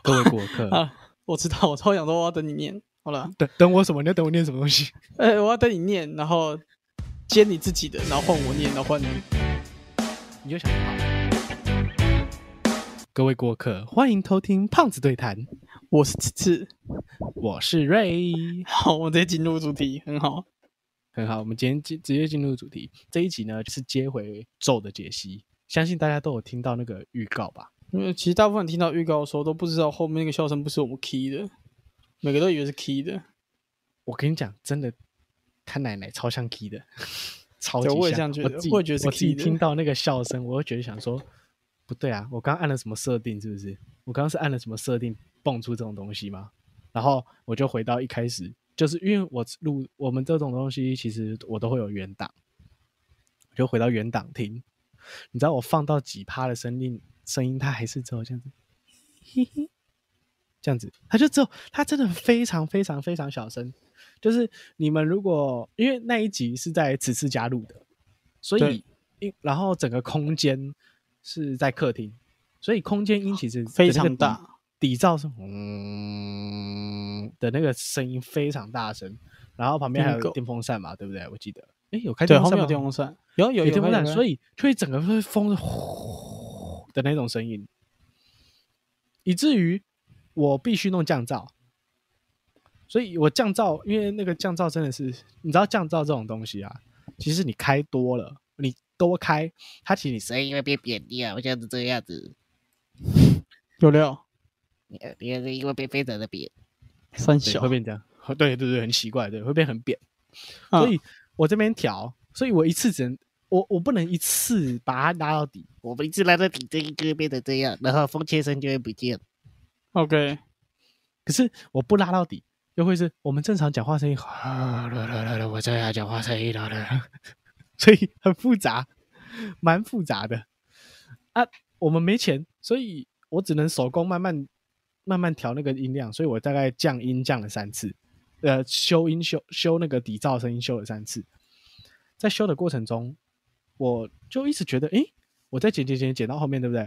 各位过客啊，我知道，我超想说我要等你念。好了， 等我什么？你要等我念什么东西？ 我要等你念，然后接你自己的，然后换我念，然后换你。 你就想好。各位过客，欢迎偷听胖子对谈， 我是次次， 我是瑞。 好，我们直接进入主题，很好， 很好。我们今天直接进入主题。这一集呢，就是接回咒的解析。相信大家都有听到那个预告吧？ 因为其实大部分人听到预告的时候都不知道后面那个笑声不是我们 key 的，每个都以为是 key 的。 我跟你讲，真的，他奶奶超像 key 的，超级像。 我也这样觉得，我也觉得是 key 的。 我自己听到那个笑声，我会觉得想说，不对啊，我刚按了什么设定？是不是？我刚刚是按了什么设定蹦出这种东西吗？然后我就回到一开始，就是因为我们这种东西，其实我都会有原档，我就回到原档听。你知道我放到几趴的声音，它还是只有这样子，嘿嘿，这样子，它真的非常非常非常小声。就是你们如果因为那一集是在此次加入的，所以然后整个空间是在客厅，所以空间音其实非常大， 底噪是的那个声音非常大声，然后旁边还有电风扇嘛，对不对？我记得，有开电风扇吗？ 对，后面有电风扇，有电风扇，所以就会整个风呼的那种声音，以至于我必须弄降噪。所以我降噪，因为那个降噪真的是，你知道降噪这种东西啊，其实你开多了，你多开，它其实你声音会变扁掉，像是这样子。 有料， 你的声音会变非常的扁， 三小会变这样，对，很奇怪，对，会变很扁。所以我这边调，所以我一次只能我不能一次把它拉到底，我们一次拉到底，这一个变成这样，然后风切声就会不见。 OK， 可是我不拉到底。又会是我们正常讲话声音，我这样讲话声音了，所以很复杂，蛮复杂的啊。我们没钱，所以我只能手工慢慢调那个音量，所以我大概降音降了3次，修音修那个底噪声音修了3次。在修的过程中，我就一直觉得，我在剪到后面，对不对？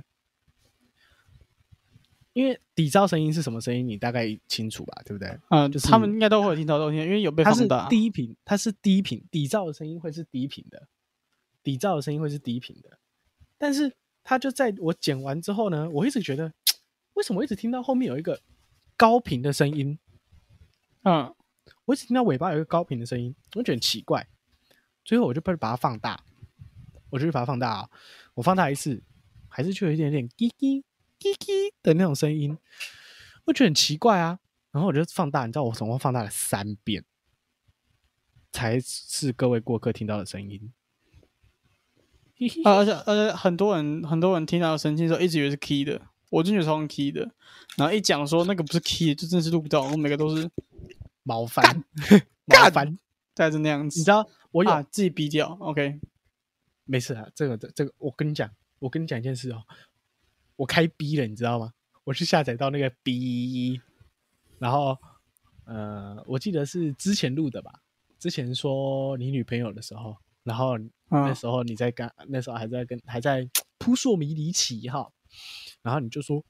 因为底噪声音是什么声音，你大概清楚吧，对不对？ 就是他们应该都会有听到，因为有被放大。 它是低频，底噪的声音会是低频的，但是它就在我剪完之后呢，我一直觉得，为什么我一直听到后面有一个高频的声音？我一直听到尾巴有一个高频的声音，我觉得很奇怪。最后我就把它放大，我放大一次，还是就有一点点叽叽叽叽的那种声音，我觉得很奇怪啊。然后我就放大，你知道我总共放大了3遍，才是各位过客听到的声音。 而且很多人听到声音的时候，一直以为是 key 的，我真觉得超像 key 的。然后一讲说那个不是 key 的，就真的是录不到，我每个都是毛烦，大概是那样子。 你知道我有自己逼掉 ，OK， 没事啊。这个我跟你讲一件事哦，我开 B 了，你知道吗？我去下载到那个 B， 然后我记得是之前录的吧，之前说你女朋友的时候，然后那时候你在那时候还在扑朔迷离期哈，然后你就说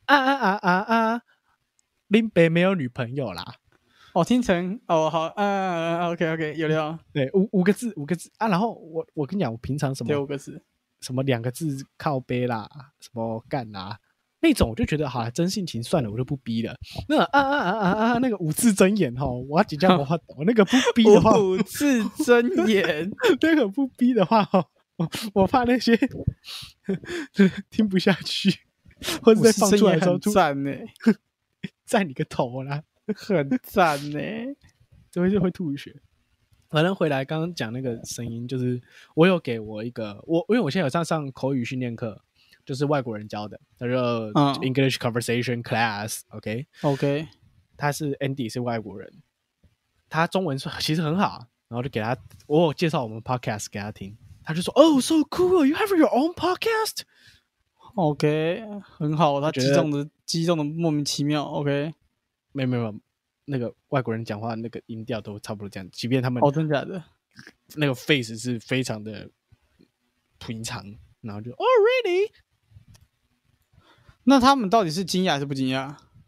林北没有女朋友啦。 听成好OK 有料。 对，5个字啊。然后我跟你讲，我平常什么对5个字， 什么2个字靠背啦，什么干啦那种，我就觉得好了，真性情算了，我就不逼了。那那个5字真言哈，我要讲我懂那个不逼的话 ，5字真言， 那个不逼的话我怕那些听不下去，或者在放出来的时候赞呢， 赞你个头啦！ 很赞呢， 就会吐血。反正回来刚刚讲那个声音，就是我有给我一个因为我现在有上口语训练课，就是外国人教的，他说 English Conversation Class，OK， 他是 Andy 是外国人，他中文其实很好，然后就给他我有介绍我们 podcast 给他听，他就说Oh so cool, you have your own podcast， OK， 很好，他激动的莫名其妙 OK。 没有，那个外国人讲话那个音调都差不多这样，即便他们真的假的？ 那个 face 是非常的平常，然后就 Oh really？ 那他们到底是惊讶还是不惊讶？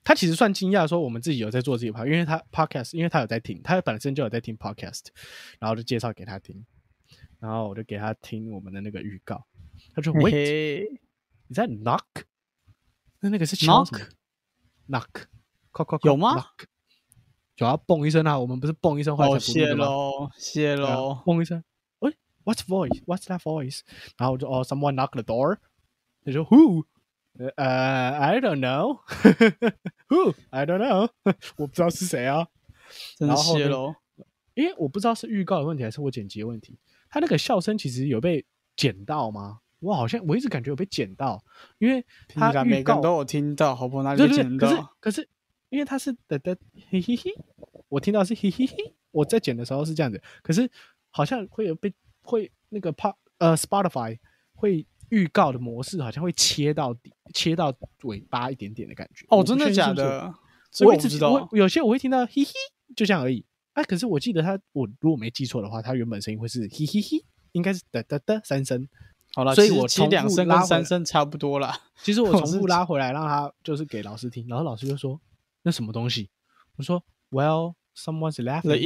他其实算惊讶说我们自己有在做自己的 podcast，因为他 podcast，因为他有在听，他本身就有在听 podcast， 然后就介绍给他听，然后我就给他听我们的那个预告，他就 wait， 你在 knock？ 那个是敲什么 knock？ 有吗？ knock 有啊，蹦一声啊，我们不是蹦一声后来才不录的吗？ 谢喽， 蹦一声，喂 ，What's voice？ What's that voice？ 然后我就someone knock the door， 他说 Who？I don't know 。Who？ I don't know 。我不知道是谁啊。 真的谢喽。 因为我不知道是预告的问题还是我剪辑的问题，他那个笑声其实有被剪到吗？我一直感觉有被剪到，因为他每个人都有听到，好不好？哪里被剪到？ 可是因为他是的嘿嘿嘿，我听到是嘿嘿嘿，我在剪的时候是这样子，可是好像会那个Spotify 会预告的模式好像会切到尾巴一点点的感觉。 哦，真的假的？ 我一直知道，有些我会听到嘿嘿，就这样而已。可是我记得我如果没记错的话，它原本声音会是嘿嘿嘿，应该是的3声。 好了， 所以我其实2声跟3声差不多啦。 其实我重复拉回来，让他就是给老师听，然后老师就说那什么东西？我说 Well, someone's laughing. The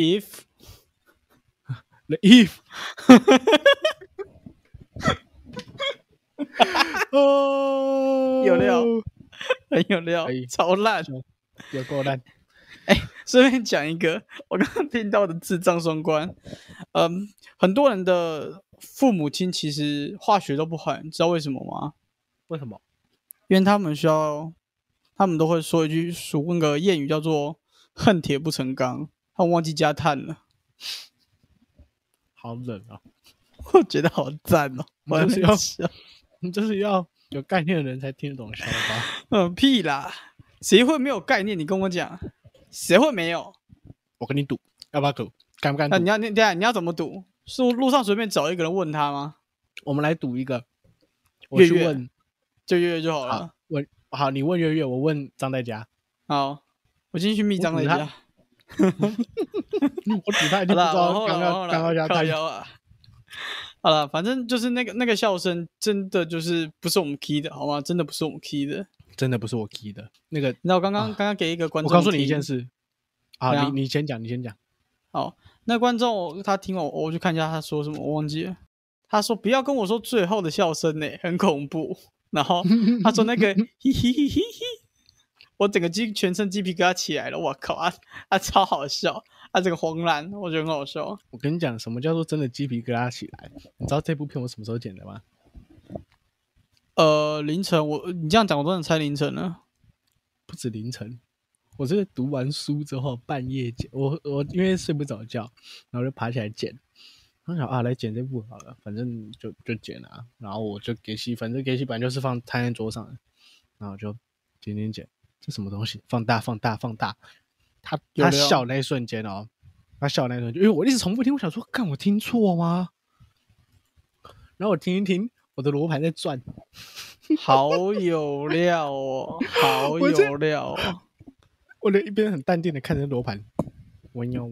if 哦， 有料，很有料，超烂， 有够烂。 顺便讲一个我刚刚听到的智障双关。很多人的父母亲其实化学都不好，你知道为什么吗？ 为什么？ 因为他们都会说一句那个谚语叫做恨铁不成钢，他们忘记加碳了。 好冷啊！ 我觉得好赞哦！ 你就是要有概念的人才听得懂笑话。 屁啦！谁会没有概念？你跟我讲，谁会没有？ 我跟你赌，要不要赌？敢不敢赌？ 你要怎么赌？是路上随便找一个人问他吗？ 我们来赌一个，我去问， 就月月就好了。 好，你问月月，我问张代家。 好，我进去密张代家。 我赌他一定不知道刚刚加靠腰啊。好了，反正就是那个笑声，真的就是不是我们 key 的，好吗？真的不是我们 key 的， 真的不是我 key 的。那个， 那我刚刚给一个观众， 我告诉你一件事啊，你先讲， 好，那观众他听我去看一下他说什么，我忘记了。他说不要跟我说最后的笑声呢，很恐怖。然后他说那个嘿嘿嘿嘿嘿，我整个全身鸡皮疙瘩起来了，我靠啊，超好笑。这个黄蓝我觉得很好笑。 我跟你讲，什么叫做真的鸡皮疙瘩起来？你知道这部片我什么时候剪的吗？ 凌晨。你这样讲，我真的猜凌晨了。 不止凌晨，我这个读完书之后半夜剪。我因为睡不着觉，然后就爬起来剪。我想来剪这部好了，反正就剪啊。然后我就给戏，反正给戏本来就是摊在桌上的，然后就剪。这什么东西？放大。他笑那一瞬间哦，因为我一直重复听，我想说，干我听错吗？然后我听一听，我的罗盘在转， 好有料哦，好有料哦！ 我就一边很淡定的看着罗盘，弯腰，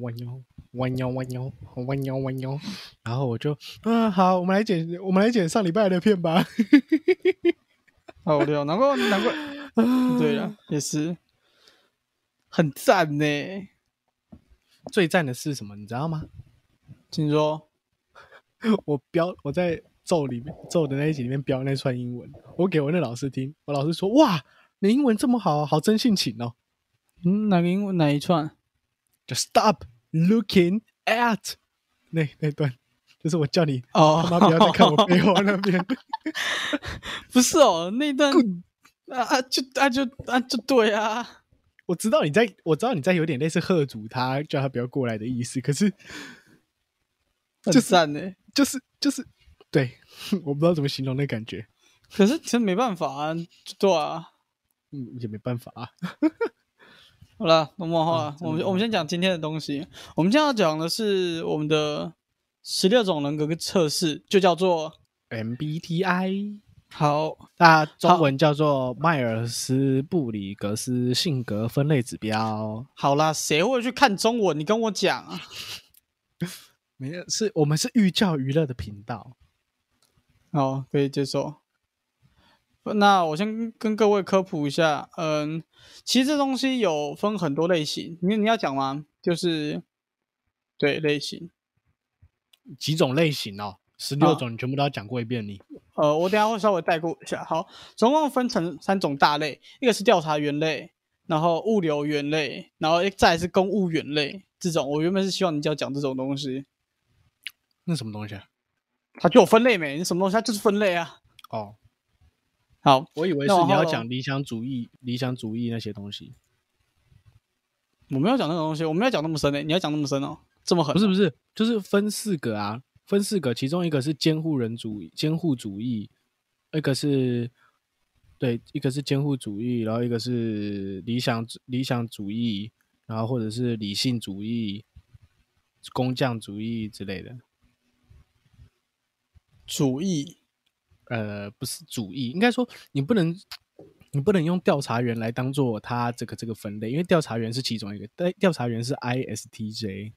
然后我就好，我们来剪上礼拜的片吧。 好料，难怪，对了，也是。很赞呢！ 最赞的是什么？你知道吗？ 请说。 我在咒的那一集里面标那串英文，我给我那老师听，我老师说：“哇，你英文这么好，好真性情哦。” 哪个英文哪一串？ 就 Stop looking at 那段，就是我叫你他妈不要再看我背后那边。 不是哦，那段就对啊。 我知道你在有点类似喝阻他，叫他不要过来的意思，可是很赞呢， 就是对，我不知道怎么形容那感觉。 可是其实没办法啊，对啊， 也没办法啊。 好了，那么好了，我们先讲今天的东西。我们今天要讲的是我们的16种人格测试，就叫做 MBTI。 好， 那中文叫做迈尔斯布里格斯性格分类指标。 好啦，谁会去看中文？你跟我讲啊。 没有，我们是寓教于乐的频道。 好，可以接受。 那我先跟各位科普一下，其实这东西有分很多类型，你要讲吗？就是对类型几种类型哦，16种你全部都要讲过一遍你。 我等一下会稍微带过一下。好，总共分成3种大类，一个是调查员类，然后物流员类，然后再来是公务员类。这种我原本是希望你就要讲这种东西， 那什么东西啊？ 它就有分类没？你什么东西它就是分类啊。 哦， 好， 我以为是你要讲理想主义那些东西。 我没有讲那个东西，我没有讲那么深你要讲那么深哦，这么狠、 不是，就是分4个啊，分4个，其中一个是监护主义，一个是监护主义，然后一个是理想主义，然后或者是理性主义、工匠主义之类的。 主义不是主义，应该说你不能用调查员来当做他这个分类，因为调查员是其中一个，但调查员是 ISTJ。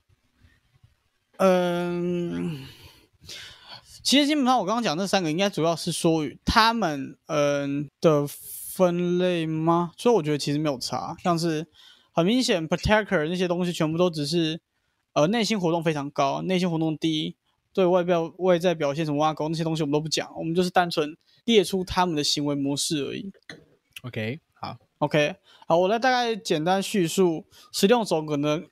其实基本上我刚刚讲这3个应该主要是说他们的分类吗？所以我觉得其实没有差，像是很明显 Protector 那些东西全部都只是内心活动非常高，内心活动低，对外在表现什么挖沟那些东西我们都不讲，我们就是单纯列出他们的行为模式而已。 OK， 好 ，OK， 好，我来大概简单叙述16种可能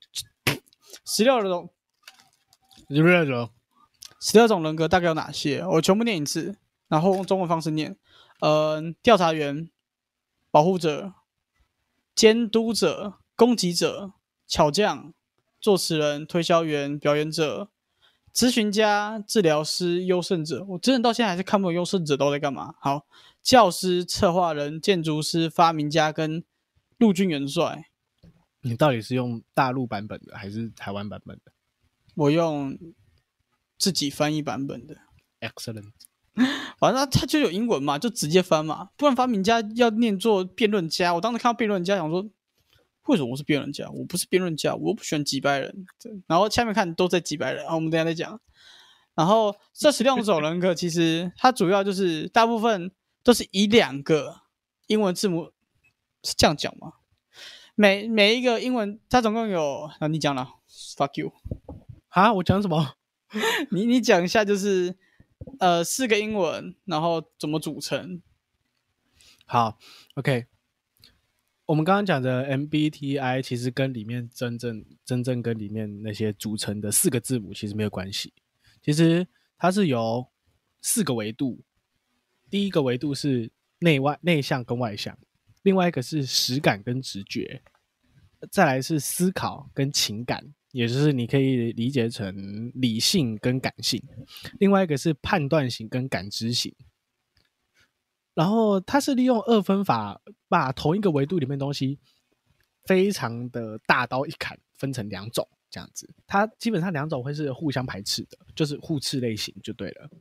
16种人格大概有哪些？我全部念一次，然后用中文方式念。调查员、保护者、监督者、攻击者、巧匠、作词人、推销员、表演者、咨询家、治疗师、优胜者。我真的到现在还是看不懂优胜者都在干嘛。好，教师、策划人、建筑师、发明家跟陆军元帅。 你到底是用大陆版本的还是台湾版本的？ 我用自己翻译版本的。 Excellent。 反正他就有英文嘛，就直接翻嘛，不然发明家要念作辩论家。我当时看到辩论家，想说，为什么我是辩论家？我不是辩论家，我又不喜欢几百人。然后下面看都在几百人，我们等一下再讲。然后这16种人格，其实它主要就是大部分都是以2个英文字母，是这样讲吗？每一个英文，它总共有，你讲了 ，fuck you， 啊，我讲什么？ 你讲一下，就是4个英文，然后怎么组成？ 好 ，OK。我们刚刚讲的 MBTI 其实跟里面真正跟里面那些组成的4个字母其实没有关系。其实它是由4个维度，第一个维度是内向跟外向，另外一个是实感跟直觉，再来是思考跟情感，也就是你可以理解成理性跟感性，另外一个是判断型跟感知型。然后它是利用2分法把同一个维度里面的东西非常的大刀一砍，分成2种这样子。它基本上2种会是互相排斥的，就是互斥类型就对了。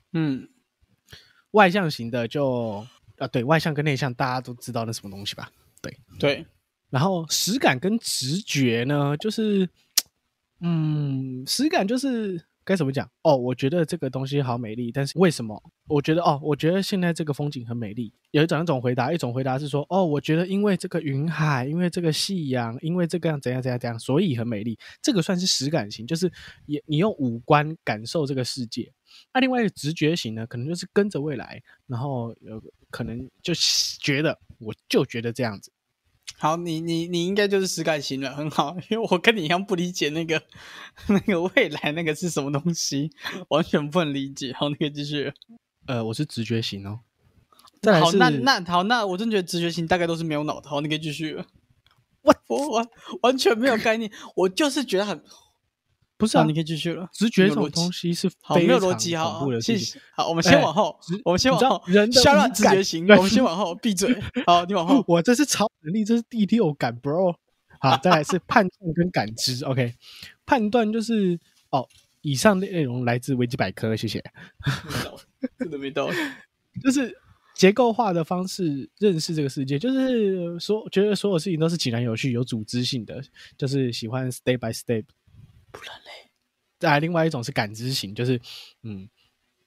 外向型的就对，外向跟内向大家都知道那什么东西吧？对。然后实感跟直觉呢，就是实感就是该怎么讲？我觉得这个东西好美丽，但是为什么？我觉得现在这个风景很美丽。有2种回答，一种回答是说，我觉得因为这个云海，因为这个夕阳，因为这个样怎样，所以很美丽。这个算是实感型，就是你用五官感受这个世界。那另外一个直觉型呢，可能就是跟着未来，然后可能就觉得我就觉得这样子。 好，你应该就是实感型了，很好，因为我跟你一样不理解那个未来那个是什么东西，完全不能理解。好，你可以继续。 我是直觉型哦。再来是好，那我真觉得直觉型大概都是没有脑的。好，你可以继续了。我完全没有概念，我就是觉得很不是啊， 你可以继续了。 直觉这种东西是好没有逻辑，好，谢谢。好，我们先往后， 人的消乱直觉型，我们先往后，闭嘴。好，你往后。 我这是超能力，这是第6感 ，bro。好，再来是判断跟感知。OK， 判断就是以上内容来自维基百科，谢谢。 真的没道理， 就是结构化的方式认识这个世界，就是觉得所有事情都是井然有序、有组织性的，就是喜欢 step by step。 不然嘞。 再来另外一种是感知型，就是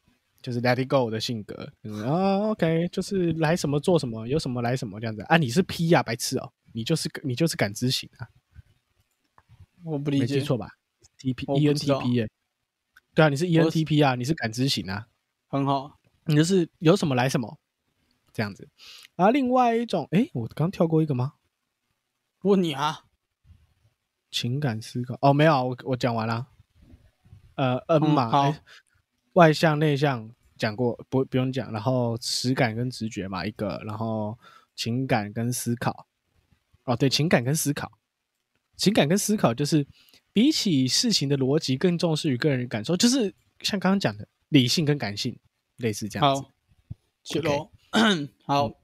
就是 let it go 的性格，OK， 就是来什么做什么，有什么来什么这样子啊。你是 P 啊，白痴哦，你就是感知型啊， 我不理解， 没记错吧？TP 我不知道 ENTP 对啊，你是我 ENTP 啊，你是感知型啊， 很好。 你就是有什么来什么这样子。然后另外一种，我刚跳过一个吗？ 问你啊， 情感思考哦，没有啊，我讲完了。N 嘛， 好， 外向内向讲过，不用讲。然后实感跟直觉嘛一个，然后情感跟思考。哦，对，情感跟思考，情感跟思考就是比起事情的逻辑更重视于个人感受，就是像刚刚讲的理性跟感性类似这样子。 好，去 OK， 喽。好，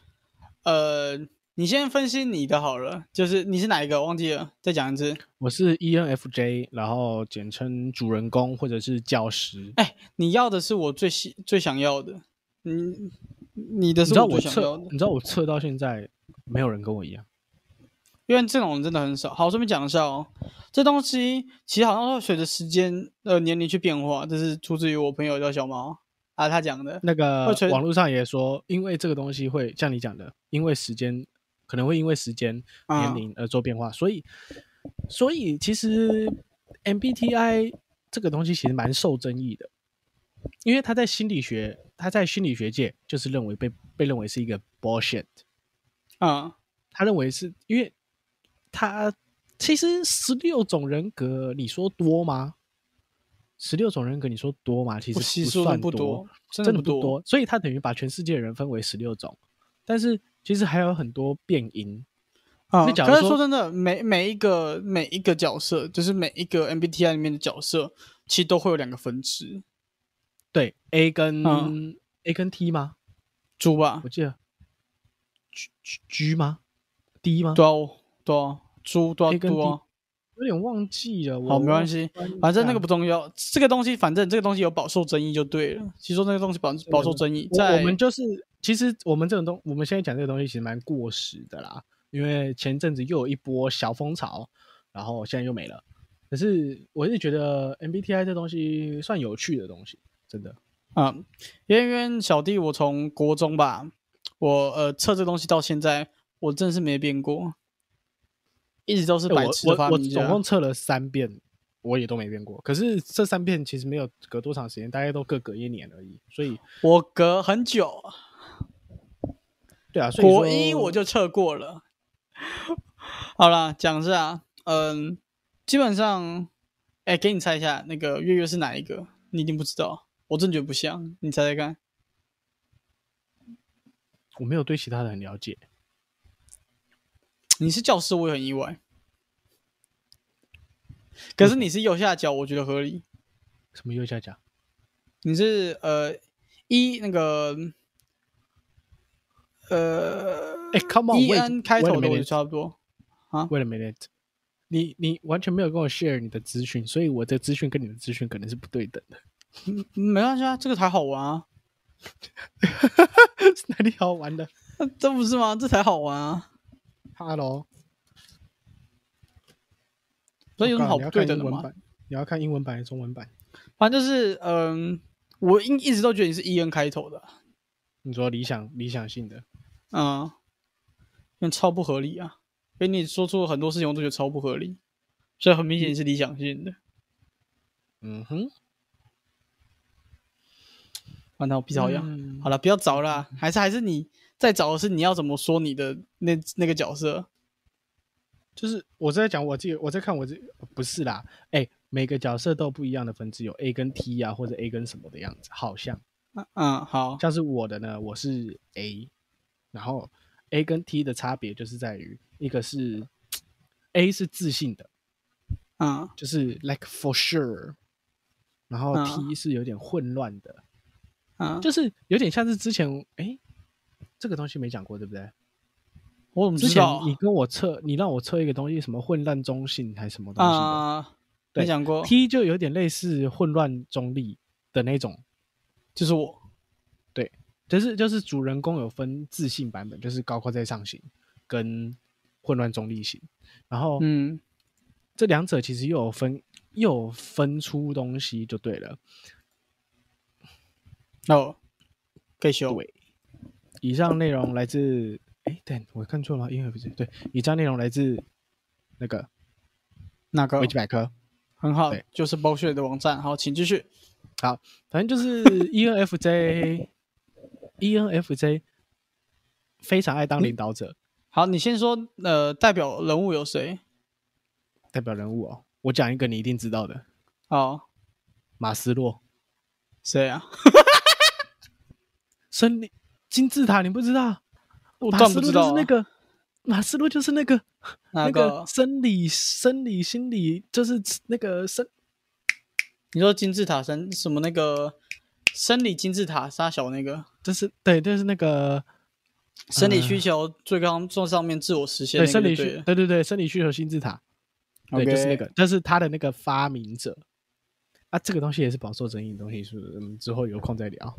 你先分析你的好了，就是你是哪一个？忘记了，再讲一次。 我是 ENFJ，然后简称主人公或者是教师。 你要的是我最想要的，你的你是我最知道我测， 想要的， 你知道我测到现在没有人跟我一样。 因为这种人真的很少。好，顺便讲一下哦，这东西其实好像会随着时间年龄去变化，这是出自于我朋友叫小毛啊，他讲的。 那个会随网络上也说，因为这个东西会像你讲的，因为时间可能会因为时间、年龄而做变化，所以其实 MBTI 这个东西其实蛮受争议的，因为它在心理学界就是被认为是一个 bullshit。他认为是因为他其实16种人格，你说多吗？16种人格，你说多吗？其实不算多， 真的不多。 所以他等于把全世界的人分为16种，但是其实还有很多变因。 可是说真的，每一个角色，就是每一个 MBTI 里面的角色，其实都会有2个分支。 对 A 跟 T 吗？ 猪吧， 我记得 G 吗 ？D 吗？ 对啊，猪对啊 A 跟 D 啊， 有点忘记了。 好，没关系，反正那个不重要。这个东西，反正这个东西有饱受争议就对了。其实说那个东西饱受争议， 我们就是其实我们我们现在讲这个东西其实蛮过时的啦，因为前阵子又有一波小风潮，然后现在又没了。可是我是觉得 MBTI 这东西算有趣的东西，真的。 因为小弟我从国中吧，我测这东西到现在，我真的是没变过，一直都是白痴的发明家。 我总共测了3遍，我也都没变过。可是这3遍其实没有隔多长时间，大概都各1年而已，所以我隔很久。 对啊，所以国一我就测过了。好啦，讲一下，基本上，给你猜一下，那个月月是哪一个？你一定不知道，我真觉得不像，你猜猜看。 我没有对其他的很了解。 你是教师，我也很意外。可是你是右下角，我觉得合理。 什么右下角？ 你是那个 come on， 开头的我就差不多啊。 Wait a minute， 你完全没有跟我 share 你的资讯，所以我的资讯跟你的资讯可能是不对等的。 没关系啊，这个才好玩啊。 哪里好玩的？ 这不是吗？这才好玩啊。 Hello， 所以有什么好不对等的吗？ 你要看英文版还是中文版？ 反正就是我一直都觉得你是 EN 开头的。 你说理想性的， 因为超不合理啊！给你说出了很多事情，我都觉得超不合理，所以很明显是理想性的。完蛋，我闭着好样。好了，不要找了，还是你在找的是你要怎么说你的那个角色？ 就是我在讲我在看我不是啦，每个角色都有不一样的分支，有 A 跟 T 啊，或者 A 跟什么的样子，好像。 好， 像是我的呢，我是 A， 然后 A 跟 T 的差别就是在于，一个是 A 是自信的，就是 like for sure， 然后 T 是有点混乱的，就是有点像是之前这个东西没讲过对不对？ 我怎么知道？ 之前你让我测一个东西，什么混乱中性还是什么东西的， 没讲过。 T 就有点类似混乱中立的那种。 就是我， 对，就是主人公有分自信版本，就是高高在上型跟混乱中立型，然后这两者其实又有分出东西就对了。 哦，可以修。 对，以上内容来自，等我看错了吗？ENFJ 对，以上内容来自那个那个维基百科。 很好对， 就是 bullshit 的网站。好，请继续。 好，反正就是 ENFJ 非常爱当领导者。 好，你先说，代表人物有谁？ 代表人物哦，我讲一个你一定知道的， 好， 马斯洛， 谁啊？ 森林金字塔，你不知道？ 我当然不马斯洛知道啊。 就是那个，马斯洛就是那个那那个个生理、心理，就是那个你说金字塔什么那个生理金字塔杀小那个就是对，就是那个生理需求最高做上面自我实现对那个就对了。 对生理需求金字塔，对 OK 就是那个，就是他的那个发明者啊，这个东西也是饱受争议的东西，是不是？之后有空再聊。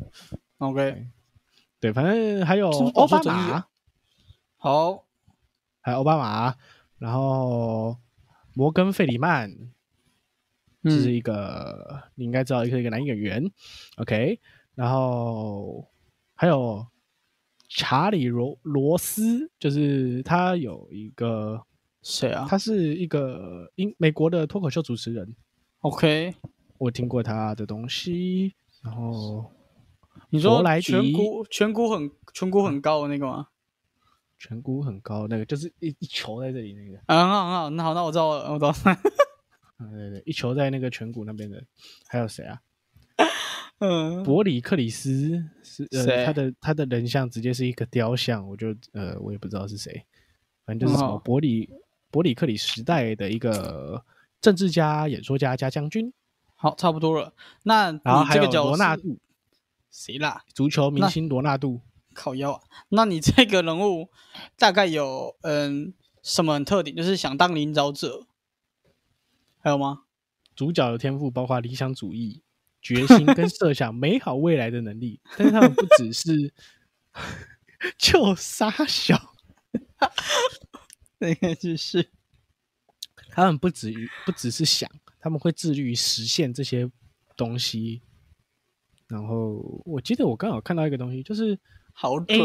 OK， 对，反正还有这么奥巴饱受争议马啊，好， 还有奥巴马，然后摩根费里曼，这是一个你应该知道一个男演员 ，OK， 然后还有查理罗斯，就是他有一个谁啊他是一个美国的脱口秀主持人， ？OK， 我听过他的东西，然后你说佛莱迪颧骨很高的那个吗？ 颧骨很高，那个就是一球在这里那个， 啊，很好很好，那好，那我知道了，我知道。 对对，一球在那个颧骨那边的，还有谁啊？ 嗯， 伯里克里斯是谁他的人像直接是一个雕像，我也不知道是谁，反正就是什么伯里克里时代的一个政治家、演说家加将军。 好，差不多了。那你然后还有这个角色罗纳度， 谁啦？ 足球明星罗纳度。 靠腰啊！那你这个人物大概有什么很特点？就是想当领导者，还有吗？ 主角的天赋包括理想主义、决心跟设想美好未来的能力，但是他们不只是就傻小， 那个就是他们不只是想，他们会致力于实现这些东西。然后我记得我刚好看到一个东西，就是好准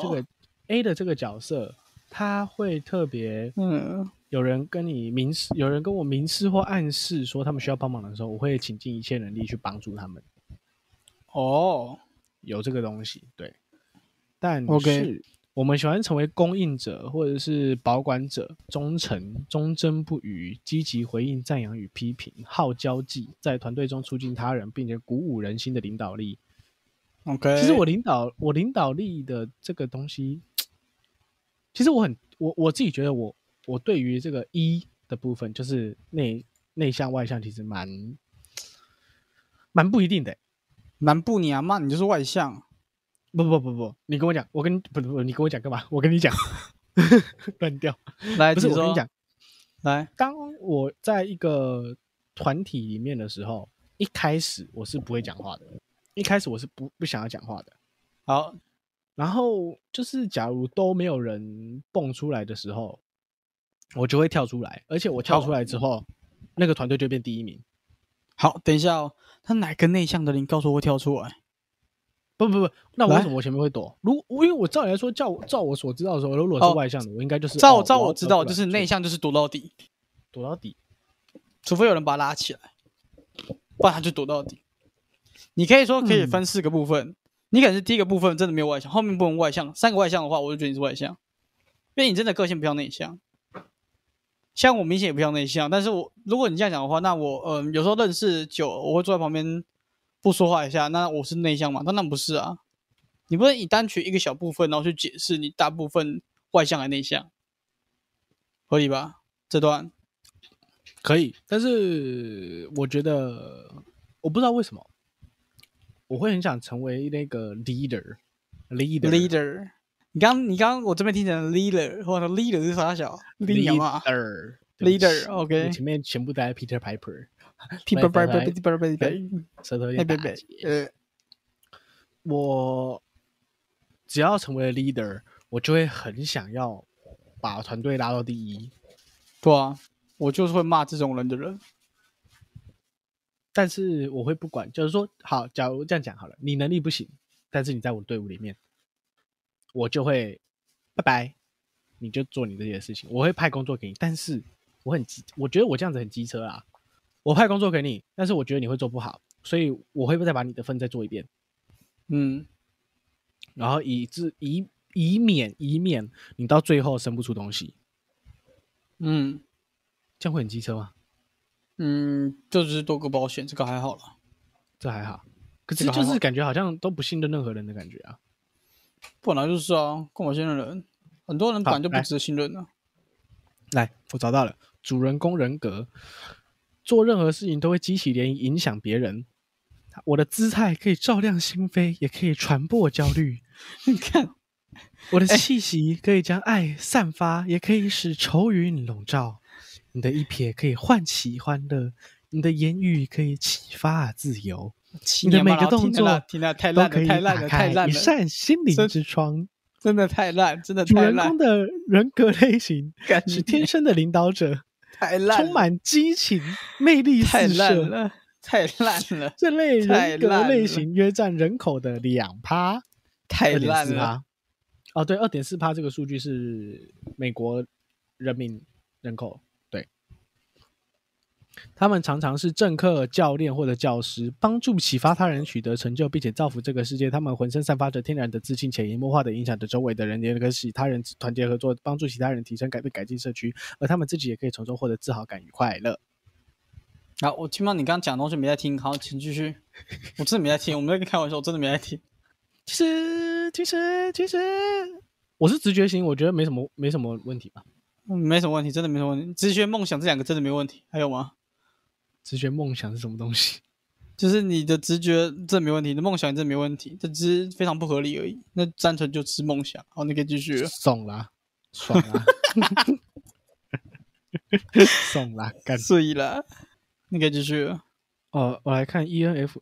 A 的这个角色，他会特别有人跟我明示或暗示说他们需要帮忙的时候，我会倾尽一切能力去帮助他们。 哦， 有这个东西，对。但是 OK 我们喜欢成为供应者或者是保管者，忠诚、忠贞不渝，积极回应赞扬与批评，好交际，在团队中促进他人，并且鼓舞人心的领导力。 OK， 其实我领导力的这个东西，其实我自己觉得我对于这个的部分，就是内向外向，其实蛮不一定的。 南部你阿妈，你就是外向。 不，你跟我讲，你跟我讲干嘛？我跟你讲，乱掉。 来， 不是我跟你讲， 来， 当我在一个团体里面的时候，一开始我是不会讲话的，一开始我是不想要讲话的。 好， 然后就是假如都没有人蹦出来的时候，我就会跳出来，而且我跳出来之后，那个团队就变第一名。 好，等一下哦，他哪个内向的人告诉我跳出来？ 不，那我为什么我前面会躲？因为我照理来说，照我所知道的时候，如果是外向的，我应该就是照我知道，就是内向就是躲到底，除非有人把他拉起来，不然他就躲到底。你可以说可以分4个部分，你可能是第一个部分真的没有外向，后面部分外向，3个外向的话，我就觉得你是外向，因为你真的个性不像内向。像我明显也不像内向，但是如果你这样讲的话，那我有时候认识久，我会坐在旁边不说话一下，那我是内向吗？当然不是啊，你不能以单取一个小部分，然后去解释你大部分外向还内向，合理吧？这段可以，但是我觉得我不知道为什么我会很想成为那个 leader。 你刚我这边听成 leader， 或者 leader 是啥小 leader，OK， 前面全部都在 Peter Piper， 舌头有点打结。我只要成为了 leader， 我就会很想要把团队拉到第一。 对啊，我就是会骂这种人的人。 但是我会不管，就是说，好，假如这样讲好了，你能力不行，但是你在我的队伍里面，我就会拜拜，你就做你这些事情，我会派工作给你，但是我觉得我这样子很机车啊，我派工作给你，但是我觉得你会做不好，所以我会再把你的分再做一遍，然后以免你到最后生不出东西，这样会很机车吗？ 就只是多个保险，这个还好了， 这还好，可是就是感觉好像都不信任任何人的感觉啊。 本来就是啊，跟我信任人，很多人本来就不值得信任啊。 来，我找到了主人公人格，做任何事情都会激起涟漪，影响别人。我的姿态可以照亮心扉，也可以传播焦虑。 你看， 我的气息可以将爱散发，也可以使愁云笼罩。你的一瞥可以唤起欢乐，你的言语可以启发自由。你的每个动作都可以打开一扇心灵之窗。 真的太烂，真的太烂。 主人公的人格类型是天生的领导者， 太烂， 充满激情，魅力四射， 太烂了。 这类人格类型约占人口的2%， 太烂了。 哦，对，2.4%这个数据是美国人民人口。对，他们常常是政客、教练或者教师，帮助启发他人取得成就，并且造福这个世界。他们浑身散发着天然的自信，潜移默化的影响着周围的人，也可以使他人团结合作，帮助其他人提升、改变、改进社区，而他们自己也可以从中获得自豪感与快乐。 好，我起码你刚刚讲的东西没在听，好，请继续。我真的没在听，我没在跟开玩笑，我真的没在听。 其实，我是直觉型，我觉得没什么问题吧。 没什么问题，真的没什么问题。直觉、梦想这2个真的没问题。还有吗？ 直觉、梦想是什么东西？ 就是你的直觉这没问题，你的梦想这没问题，这只是非常不合理而已。那单纯就吃梦想。好，你可以继续了。 爽啦，爽啦，干碎了。你可以继续了。 我来看 ENFA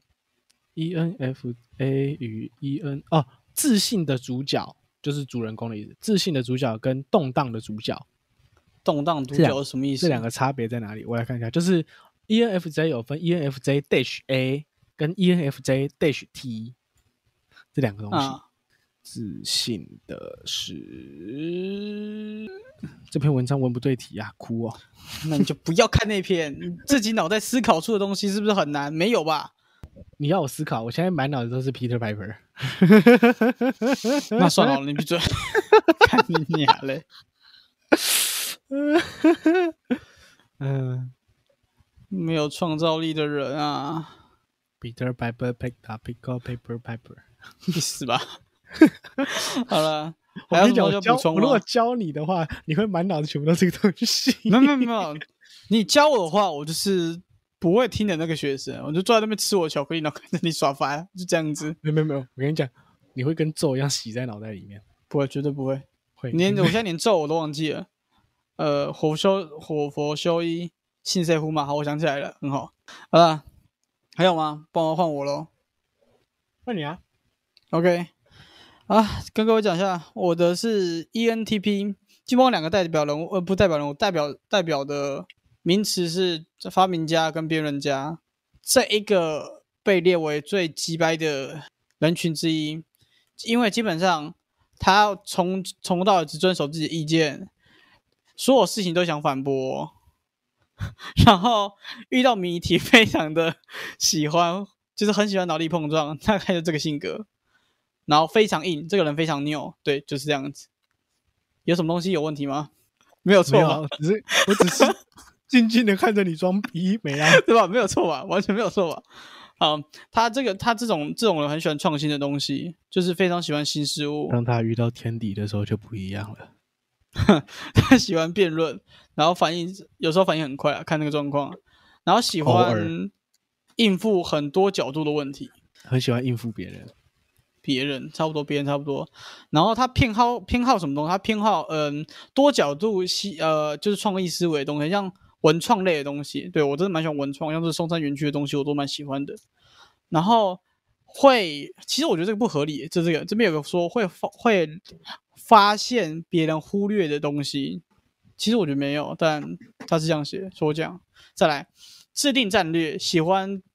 与 EN 哦，自信的主角就是主人公的意思。自信的主角跟动荡的主角， 动荡主角是什么意思？ 这两个差别在哪里？我来看一下，就是 ENFJ 有分 ENFJ-A 跟 ENFJ-T 这两个东西。自信的是这篇文章文不对题啊，哭哦。 那你就不要看那篇，你自己脑袋思考出的东西是不是很难？没有吧？ 你要我思考，我现在满脑子都是 Peter Piper。 那算了，你闭嘴。看你娘嘞。没有创造力的人啊。 Peter Piper picked up paper Piper。 你死吧。好了， 我跟你讲，我如果教你的话，你会满脑子全部都是这个东西。 没有，你教我的话，我就是不会听的那个学生，我就坐在那边吃我巧克力，然后看着你耍发，就这样子。 没有，我跟你讲，你会跟咒一样洗在脑袋里面。 不会，绝对不会。 会， 我现在连咒我都忘记了。火佛修一，信谁呼嘛？好，我想起来了，很好。好了，还有吗？帮我换我咯。 换你啊。 OK。跟各位讲一下，我的是 ENTP， 基本上2个代表人物，不代表人物，代表的名词是发明家跟编人家，这一个被列为最鸡掰的人群之一，因为基本上他从头到尾只遵守自己的意见，所有事情都想反驳，然后遇到谜题非常的喜欢，就是很喜欢脑力碰撞，大概就这个性格。然后非常硬，这个人非常拗，对，就是这样子。有什么东西有问题吗？没有错吧？ 我只是静静的看着你装逼，没啊， 对吧？没有错吧？完全没有错吧？好，他这种人很喜欢创新的东西，就是非常喜欢新事物。 当他遇到天敌的时候就不一样了。 他喜欢辩论，然后有时候反应很快啊，看那个状况。然后喜欢应付很多角度的问题， 很喜欢应付别人。 别人差不多，然后他偏好什么东西？他偏好多角度就是创意思维的东西，像文创类的东西。对，我真的蛮喜欢文创，像是松山园区的东西，我都蛮喜欢的。然后其实我觉得这个不合理，这边有个说会发现别人忽略的东西，其实我觉得没有，但他是这样写，说这样。再来，制定战略，喜欢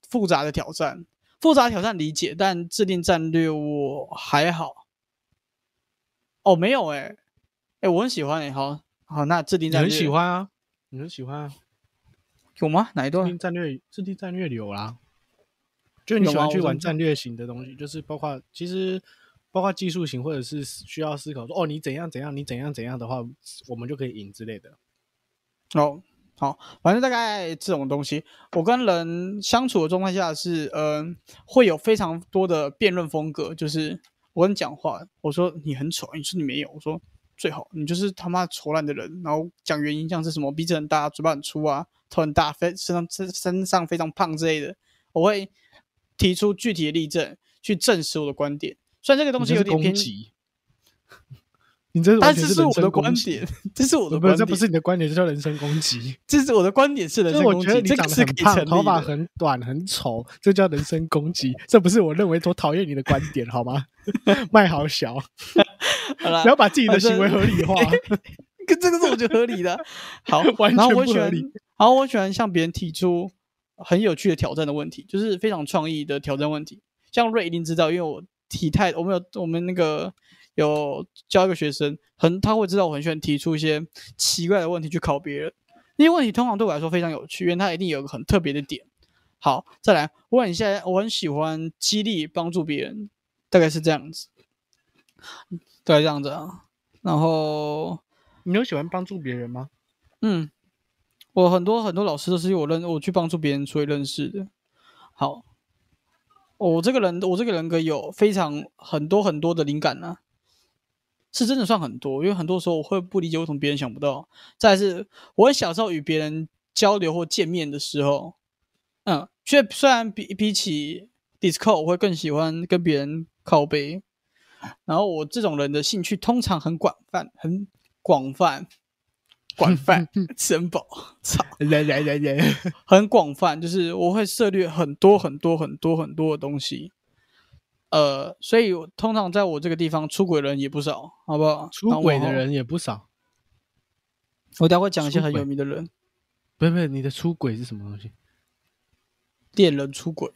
复杂的挑战。复杂的挑战理解，但制定战略我还好。哦，没有我很喜欢好，那制定战略你很喜欢啊，你很喜欢啊， 有吗？哪一段？ 制定战略有啦，就是你喜欢去玩战略型的东西，就是包括技术型或者是需要思考说你怎样怎样，你怎样怎样的话，我们就可以赢之类的。 哦，好，反正大概这种东西，我跟人相处的状态下是，会有非常多的辩论风格，就是我跟你讲话，我说你很丑，你说你没有，我说最好你就是他妈丑烂的人，然后讲原因，像是什么鼻子很大、嘴巴很粗啊、头很大、身上非常胖之类的，我会提出具体的例证去证实我的观点。虽然这个东西有点偏攻击，你这但这是我的观点，这是我的观点， 这不是你的观点，这叫人身攻击。 这是我的观点，是人身攻击。 我觉得你长得很胖，头发很短，很丑，这叫人身攻击。这不是我认为多讨厌你的观点，好吗？麦好小，不要把自己的行为合理化。 跟这个是我觉得合理的。好， 完全不合理。 然后我喜欢向别人提出很有趣的挑战的问题，就是非常创意的挑战问题。像瑞一定知道，因为我们那个有教一个学生，他会知道我很喜欢提出一些奇怪的问题去考别人。那些问题通常对我来说非常有趣，因为它一定有一个很特别的点。好，再来，我很喜欢激励帮助别人，大概是这样子，大概这样子啊。然后你有喜欢帮助别人吗？ 我很多老师都是我去帮助别人所以认识的。好，我这个人格有很多的灵感啊，是真的算很多，因为很多时候我会不理解为什么别人想不到。再来是我小时候与别人交流或见面的时候，虽然比起 Discord 我会更喜欢跟别人靠背，然后我这种人的兴趣通常很广泛，吃很饱，操，很广泛，就是我会涉猎很多的东西。所以通常在我这个地方出轨的人也不少，好不好？ 出轨的人也不少。 我等一下会讲一些很有名的人。 不是，你的出轨是什么东西？ 恋人出轨。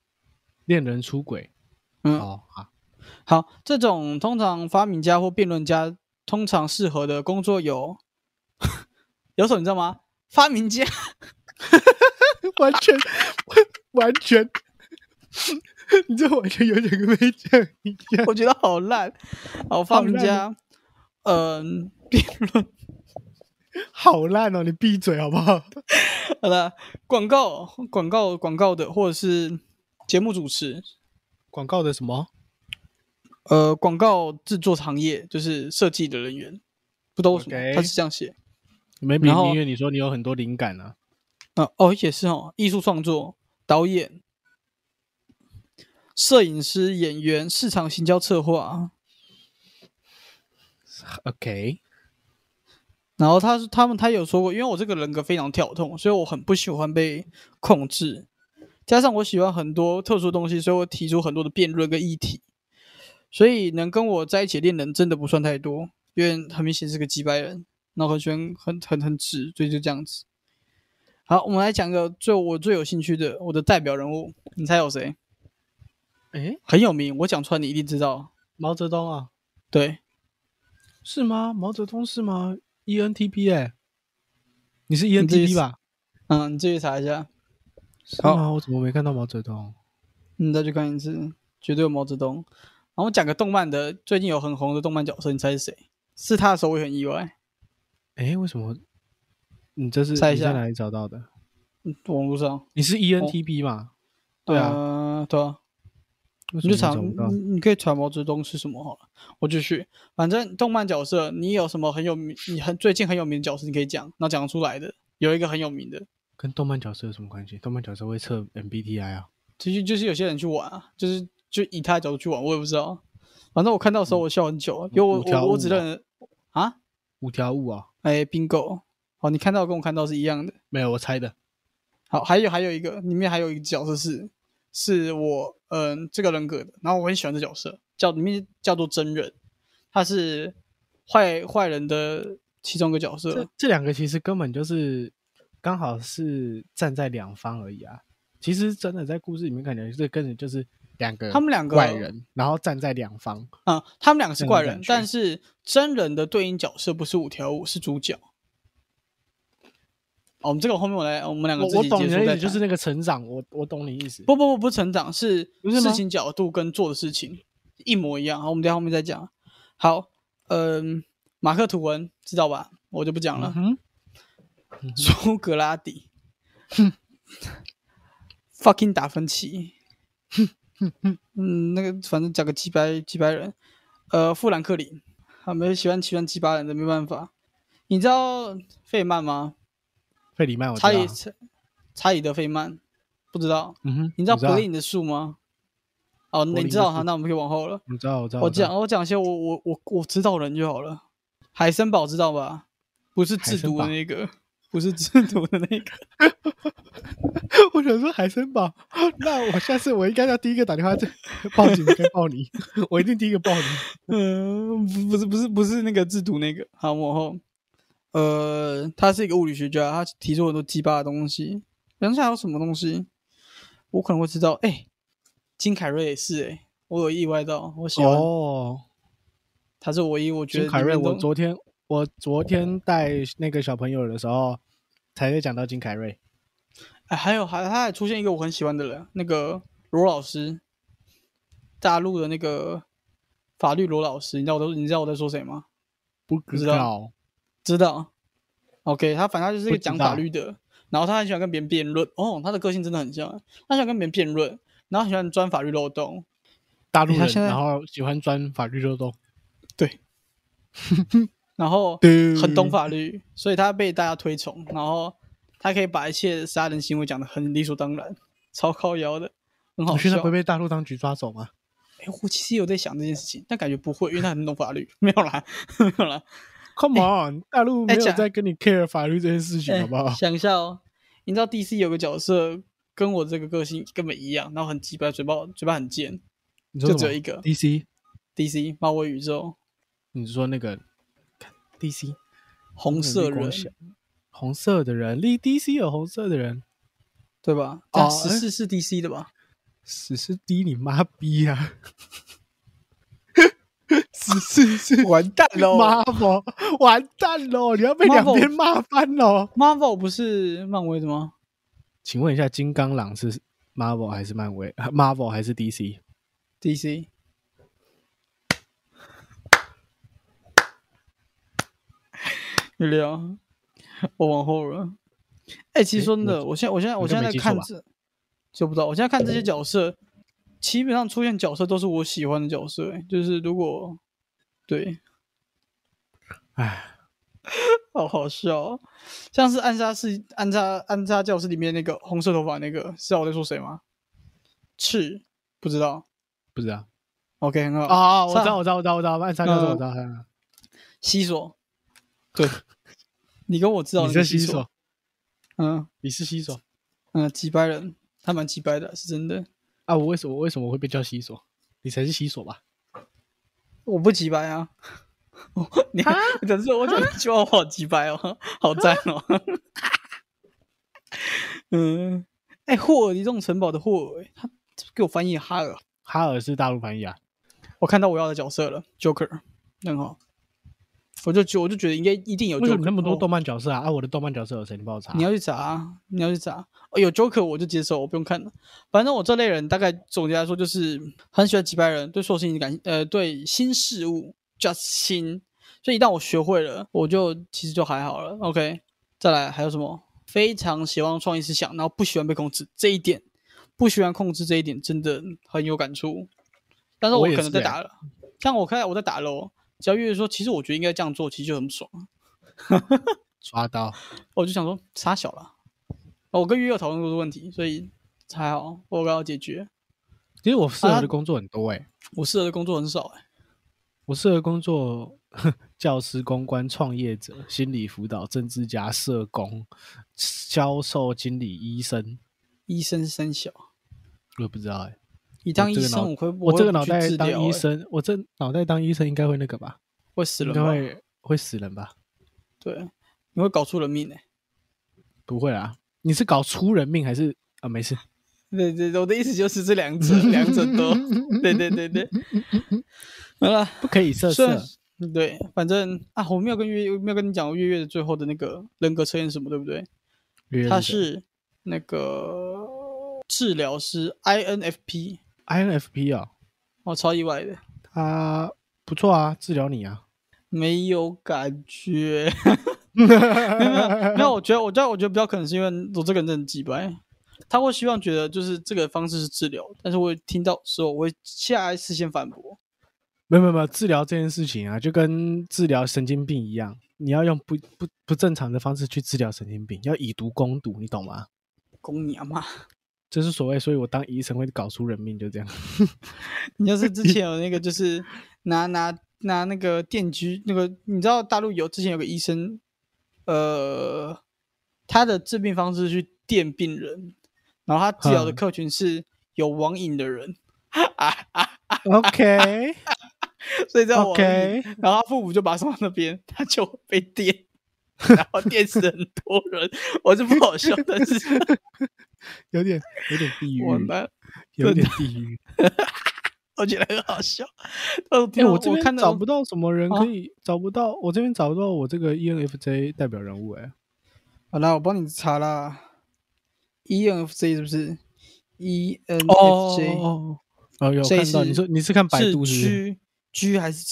好，这种通常发明家或辩论家通常适合的工作有什么你知道吗？发明家， 完全。你这完全有点跟没讲一样， 我觉得好烂。好，发明家，辩论， 好烂哦！你闭嘴好不好？ 好了，广告的，或者是节目主持， 广告的什么？ 广告制作行业就是设计的人员，不知道为什么他是这样写。 没比音乐，你说你有很多灵感啊？ 也是艺术创作、导演。摄影师、演员、市场行销策划 ，OK。 然后他有说过，因为我这个人格非常跳动，所以我很不喜欢被控制。加上我喜欢很多特殊的东西，所以我提出很多的辩论跟议题。所以能跟我在一起的恋人真的不算太多，因为很明显是个鸡掰人，然后很喜欢很直，所以就这样子。好，我们来讲个我最有兴趣的我的代表人物，你猜有谁？很有名，我讲出来你一定知道。 毛泽东啊？ 对， 是吗？毛泽东是吗 ？ENTP 你是 ENTP 吧？ 你自己查一下。 是吗？我怎么没看到毛泽东？ 你再去看一次，绝对有毛泽东。然后我讲个动漫的，最近有很红的动漫角色，你猜是谁？是他的时候我也很意外。 为什么？你这是猜一下你在哪里找到的？ 网络上。 你是 ENTP 吗？对啊， 对啊。你就查，你可以查毛泽东是什么好了。我继续，反正动漫角色，你有什么很有名，最近很有名的角色，你可以讲，然后讲出来的。有一个很有名的， 跟动漫角色有什么关系？动漫角色会测 MBTI 啊？ 就是有些人去玩啊，就以他的角度去玩，我也不知道。反正我看到的时候我笑很久，因为我只认啊五条悟啊 ，bingo。好，你看到跟我看到是一样的。 没有，我猜的。 好，还有一个，里面还有一个角色是我这个人格的，然后我很喜欢这角色，里面叫做真人，他是坏人的其中一个角色。 这两个其实根本就是刚好是站在两方而已啊。 其实真的在故事里面看起来，这根本就是两个他们两个怪人，然后站在两方。 他们两个是怪人， 这样的感觉但是真人的对应角色不是五条悟，是主角。我们这个后面我们两个自己我懂你的意思， 结束再谈。 就是那个成长，我懂你意思。 不成长，是不是吗事情角度跟做的事情一模一样。好，我们在后面再讲。好，马克吐温知道吧？我就不讲了。苏格拉底，fucking 达芬奇，那个反正讲个几百人，富兰克林，没喜欢几百人的没办法。你知道费曼吗？ 费里曼我知道。 查理德费曼不知道。你知道柏林的树吗？哦，你知道他，那我们可以往后了。 我知道。 我讲一些我知道人就好了。海森堡知道吧？不是制毒的那个，不是制毒的那个。 我想说海森堡，那我下次我应该要第一个打电话报警，该报你，我一定第一个报你。 不是那个制毒那个。好，往后。他是一个物理学家，他提出很多鸡巴的东西。想想还有什么东西，我可能会知道。金凯瑞也是我有意外到，我喜欢。他是唯一我觉得金凯瑞，我昨天带那个小朋友的时候才会讲到金凯瑞。 还有他还出现一个我很喜欢的人，那个罗老师，大陆的那个法律罗老师，你知道我在说谁吗？ 不知道。 知道 ，OK， 他反正就是一个讲法律的，然后他很喜欢跟别人辩论。他的个性真的很像，他喜欢跟别人辩论，然后很喜欢钻法律漏洞。 大陆人，然后喜欢钻法律漏洞， 对，然后很懂法律，所以他被大家推崇，然后他可以把一切杀人行为讲得很理所当然，超靠腰的，很好笑。 现在不会被大陆当局抓走吗？ 我其实有在想这件事情，但感觉不会，因为他很懂法律。没有啦，没有啦。 Come on，大陆没有在跟你 care 法律这件事情，好不好？ 想一下你知道 DC 有个角色跟我这个个性根本一样，然后很鸡掰，嘴巴很贱，就只有一个 DC 漫威宇宙。 你是说那个 DC 红色人？ 红色的人，DC 有红色的人， 对吧？14是 DC 的吧 ？14 D 你妈逼啊！14是完蛋喽 ，Marvel 完蛋喽！你要被两边骂翻喽 ！Marvel 不是漫威的吗？ 请问一下，金刚狼是 Marvel 还是漫威 ？Marvel 还是 DC？DC。有聊，我往后了。其实说真的，我现在在看就不知道。我现在看这些角色，基本上出现角色都是我喜欢的角色。就是如果对，好好笑像是暗杀教室里面那个红色头发那个，知道我在说谁吗？赤不知道。OK， 很好我知道，暗杀教室我知道。 西索，对，你跟我知道你是西索，你是西索， 几百人，他蛮几百的，是真的。 我为什么会被叫西索？你才是西索吧？ 我不几百啊！可是我讲这句话我好鸡掰哦，好赞哦。霍尔移动城堡的霍尔，他给我翻译哈尔是大陆翻译啊。 我看到我要的角色了 ，Joker， 很好。我就觉得一定有 Joker。 为什么那么多动漫角色啊？我的动漫角色有谁？你帮我查。 你要去查。有 Joker 我就接受，我不用看了。反正我这类人大概总结来说就是很喜欢几百人，对所有事情对新事物 just 新，所以一旦我学会了，我就其实就还好了。OK， 再来还有什么？非常喜欢创意思想，然后不喜欢被控制，这一点不喜欢控制这一点真的很有感触。但是我可能在打了，像我看我在打了，只要越说，其实我觉得应该这样做，其实就很爽。 抓到， 我就想说傻小了。我跟约友讨论过这个问题，所以还好，我刚要解决。 其实我适合的工作很多我适合的工作很少我适合工作教师、公关、创业者、心理辅导、政治家、社工、销售经理、医生。 医生三小， 我也不知道你当医生我这个脑袋当医生，我这脑袋当医生应该会那个吧？ 会死人吧？ 应该会死人吧？ 对，你会搞出人命不会啊，你是搞出人命还是没事？ 对对对，我的意思就是这两者，两者都，对对对对，好了， 不可以色虽然色。 对，反正啊，我没有跟你讲月月的最后的那个人格测验是什么，对不对？他约是谁是那个治疗师 INFP， ？INFP 啊， 我超意外的， 他不错啊，治疗你啊。 没有感觉，没有，我觉得比较可能是因为我这个人真的很鸡掰，他会希望觉得就是这个方式是治疗，但是我听到的时候，我会下意识先反驳。 没有，治疗这件事情啊，就跟治疗神经病一样，你要用不正常的方式去治疗神经病，要以毒攻毒，你懂吗？ 公你阿妈！ 这是所谓，所以我当医生会搞出人命，就这样。 你要是之前有那个就是拿那个电锯，那个你知道大陆之前有个医生，他的治病方式是去电病人，然后他治疗的客群是有网瘾的人， OK 所以在网瘾 OK， 然后他父母就把他送到那边，他就被电，然后电死很多人，我是不好笑，但是有点地狱， 我呢， 有点地狱。 我觉得很好笑。 我这边看找不到什么人可以，找不到，我这边找不到我这个 ENFJ 代表人物好啦，我帮你查啦。ENFJ 是不是 ？ENFJ 有看到，你是看百度是不是 G 还是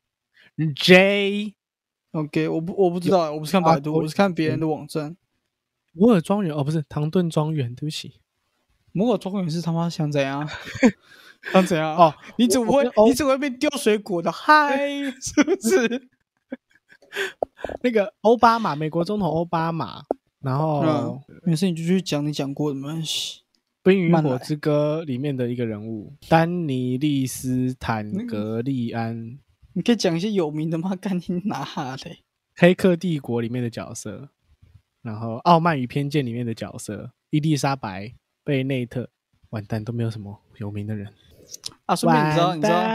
J？ ？OK，我不知道，我不是看百度，我是看别人的网站。 摩尔庄园不是唐顿庄园，对不起。 摩尔庄园是他妈想怎样？想怎样？你怎么会被丢水果的？嗨，是不是？ 那个奥巴马，美国总统奥巴马，然后没事，你就去讲你讲过的没关系。 《冰与火之歌》里面的一个人物丹尼利斯坦格利安， 你可以讲一些有名的吗？干你哪嘞？ 黑客帝国里面的角色，然后《傲慢与偏见》里面的角色伊丽莎白贝内特，完蛋都没有什么有名的人啊！顺便你知道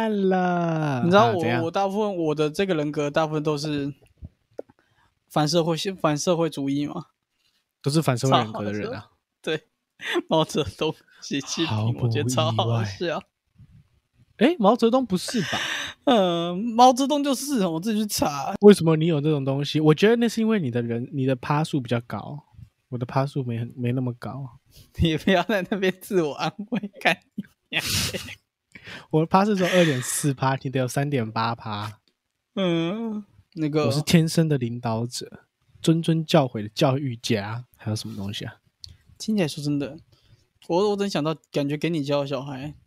我大部分我的这个人格大部分都是反社会主义嘛， 都是反社会人格的人啊。 对，毛泽东、习近平，我觉得超好笑。 毛泽东不是吧？ 毛泽东就是我自己去查。 为什么你有这种东西？我觉得那是因为你的趴数比较高，我的趴数没那么高。 你不要在那边自我安慰，干你娘！ 我的趴是说2.4%，你得有3.8%。 那个我是天生的领导者，谆教诲的教育家，还有什么东西啊？ 听起来说真的，我真想到，感觉给你教的小孩，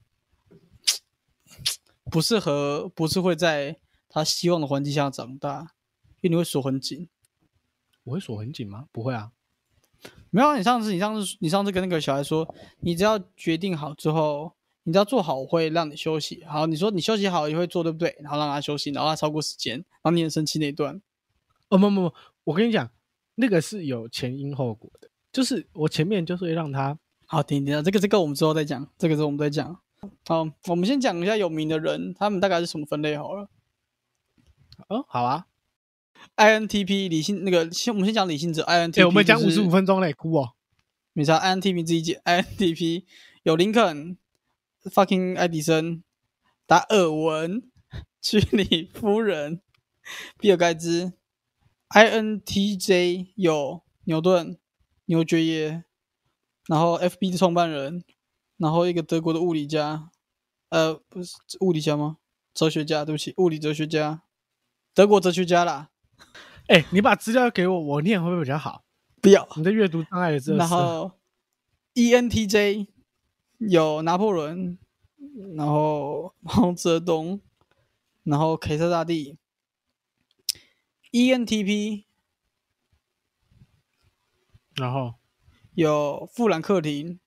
不是会在他希望的环境下长大，因为你会锁很紧。 我会锁很紧吗？不会啊。 没有，你上次跟那个小孩说，你只要决定好之后，你只要做好，我会让你休息。好，你说你休息好也会做，对不对？然后让他休息，然后他超过时间，然后你很生气那一段。 不，我跟你讲，那个是有前因后果的，就是我前面就是会让他好听，这个我们之后再讲，这个之后我们再讲。好，我们先讲一下有名的人，他们大概是什么分类好了。 好啊。 INTP 理性那个，我们先讲理性者 INTP。 我们讲55分钟嘞，哭哦。 没啥 INTP 自己解 INTP 有林肯、fucking 爱迪生、达尔文、居里夫人、比尔盖茨。INTJ 有牛顿、牛爵爷，然后 FB 的创办人，然后一个德国的物理家，不是物理家吗？哲学家，对不起，物理哲学家，德国哲学家啦。 你把资料给我，我念会不会比较好？ 不要， 你的阅读障碍的然后 ENTJ 有拿破仑，然后毛泽东，然后凯撒大帝。ENTP 然后有富兰克林、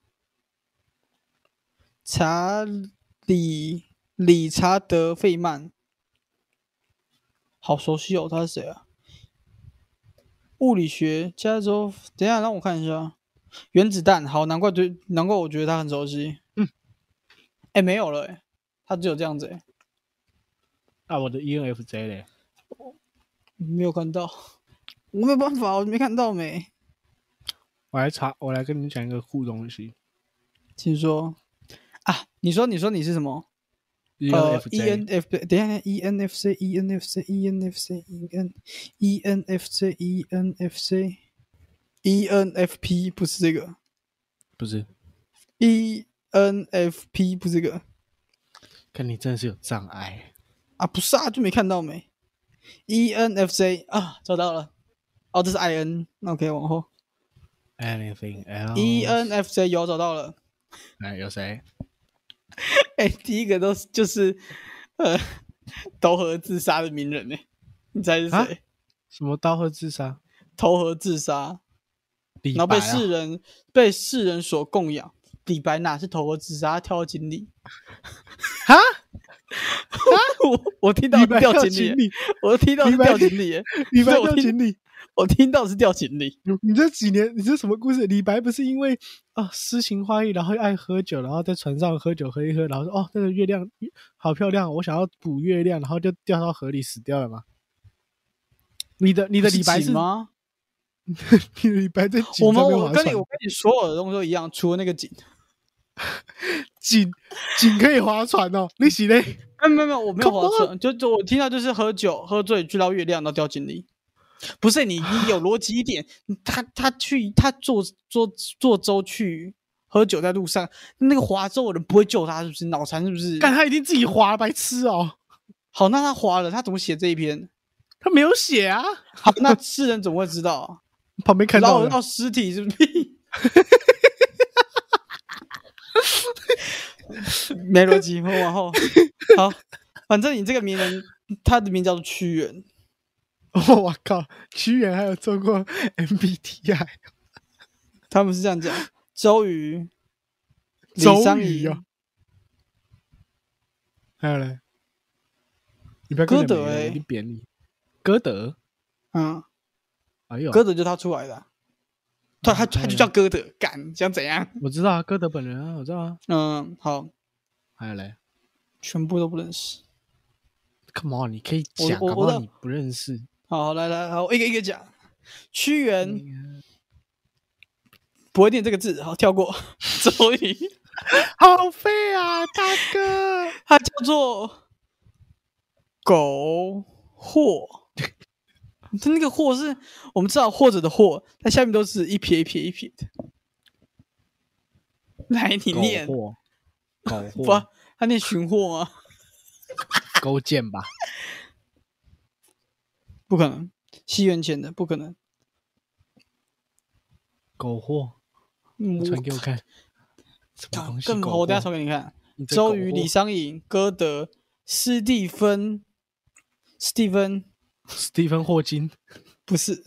理查德·费曼，好熟悉哦，他是谁啊？物理学加州，等一下让我看一下，原子弹，好，难怪我觉得他很熟悉。没有了，他只有这样子。 我的 ENFJ 嘞， 没有看到，我没有办法，我没看到没。 我来跟你讲一个酷东西。 请说啊。你说你是什么 ？ENFJ， 等一下 ENFJ，ENFP 不是这个不是？ ，ENFP 不是这个看你真的是有障碍。 啊，不是啊，就没看到没 ENFJ 啊，找到了。哦，这是 IN， 那 OK 往后 Anything else？ ENFJ 有找到了。 哎，有谁？ 哎，第一个就是投河自杀的名人呢，你猜是谁？ 啊什么刀和自杀？ 投河自杀， 李然后白啊？ 被世人所供养。李白哪是投河自杀，他跳到井里。 哈？ 我听到是掉井里，我听到是掉井里， 李白掉井里， 我听到是掉井里。 你这几年，你这什么故事？李白不是因为诗情画意，然后爱喝酒，然后在船上喝酒喝一喝，然后说那个月亮好漂亮，我想要捕月亮，然后就掉到河里死掉了吗？你的李白是吗？ 你的李白在井上面划船。 我跟你所有的东西都一样，除了那个井。 井可以划船哦，你是嘞？ 没有，我没有划船，就我听到就是喝酒喝醉去捞月亮，然后掉井里。不是你有逻辑一点，他坐舟去喝酒，在路上那个划舟的人不会救他，是不是脑残？是不是？ 干他一定自己划，白痴哦。 好，那他划了，他怎么写这一篇？ 他没有写啊。 好，那世人怎么会知道？ 旁边看到捞尸体是不是？没逻辑，我往后。好，反正你这个名人，他的名叫做屈原。 我靠，屈原还有做过 MBTI， 他们是这样讲：周瑜、李商隐哦，还有嘞，你不要歌德一定贬你。歌德，哎呦， 歌德就他出来的、啊，他就叫歌德，干想怎样？ 我知道啊，歌德本人啊，我知道啊。 好， 还有嘞， 全部都不认识。 Come on， 你可以讲，搞不好你不认识。 好，来，好，一个一个讲。屈原不会念这个字，好，跳过。周瑜， 好废啊，大哥！ 他叫做苟活。他那个或是我们知道或者的或，它下面都是一撇的。来，你念。 苟不，他念寻获吗？ 勾践吧。 不可能，西元前的不可能。 苟活，传给我看。什么东西？ 更好，我等下传给你看。周瑜、李商隐、歌德、史蒂芬霍金， 不是。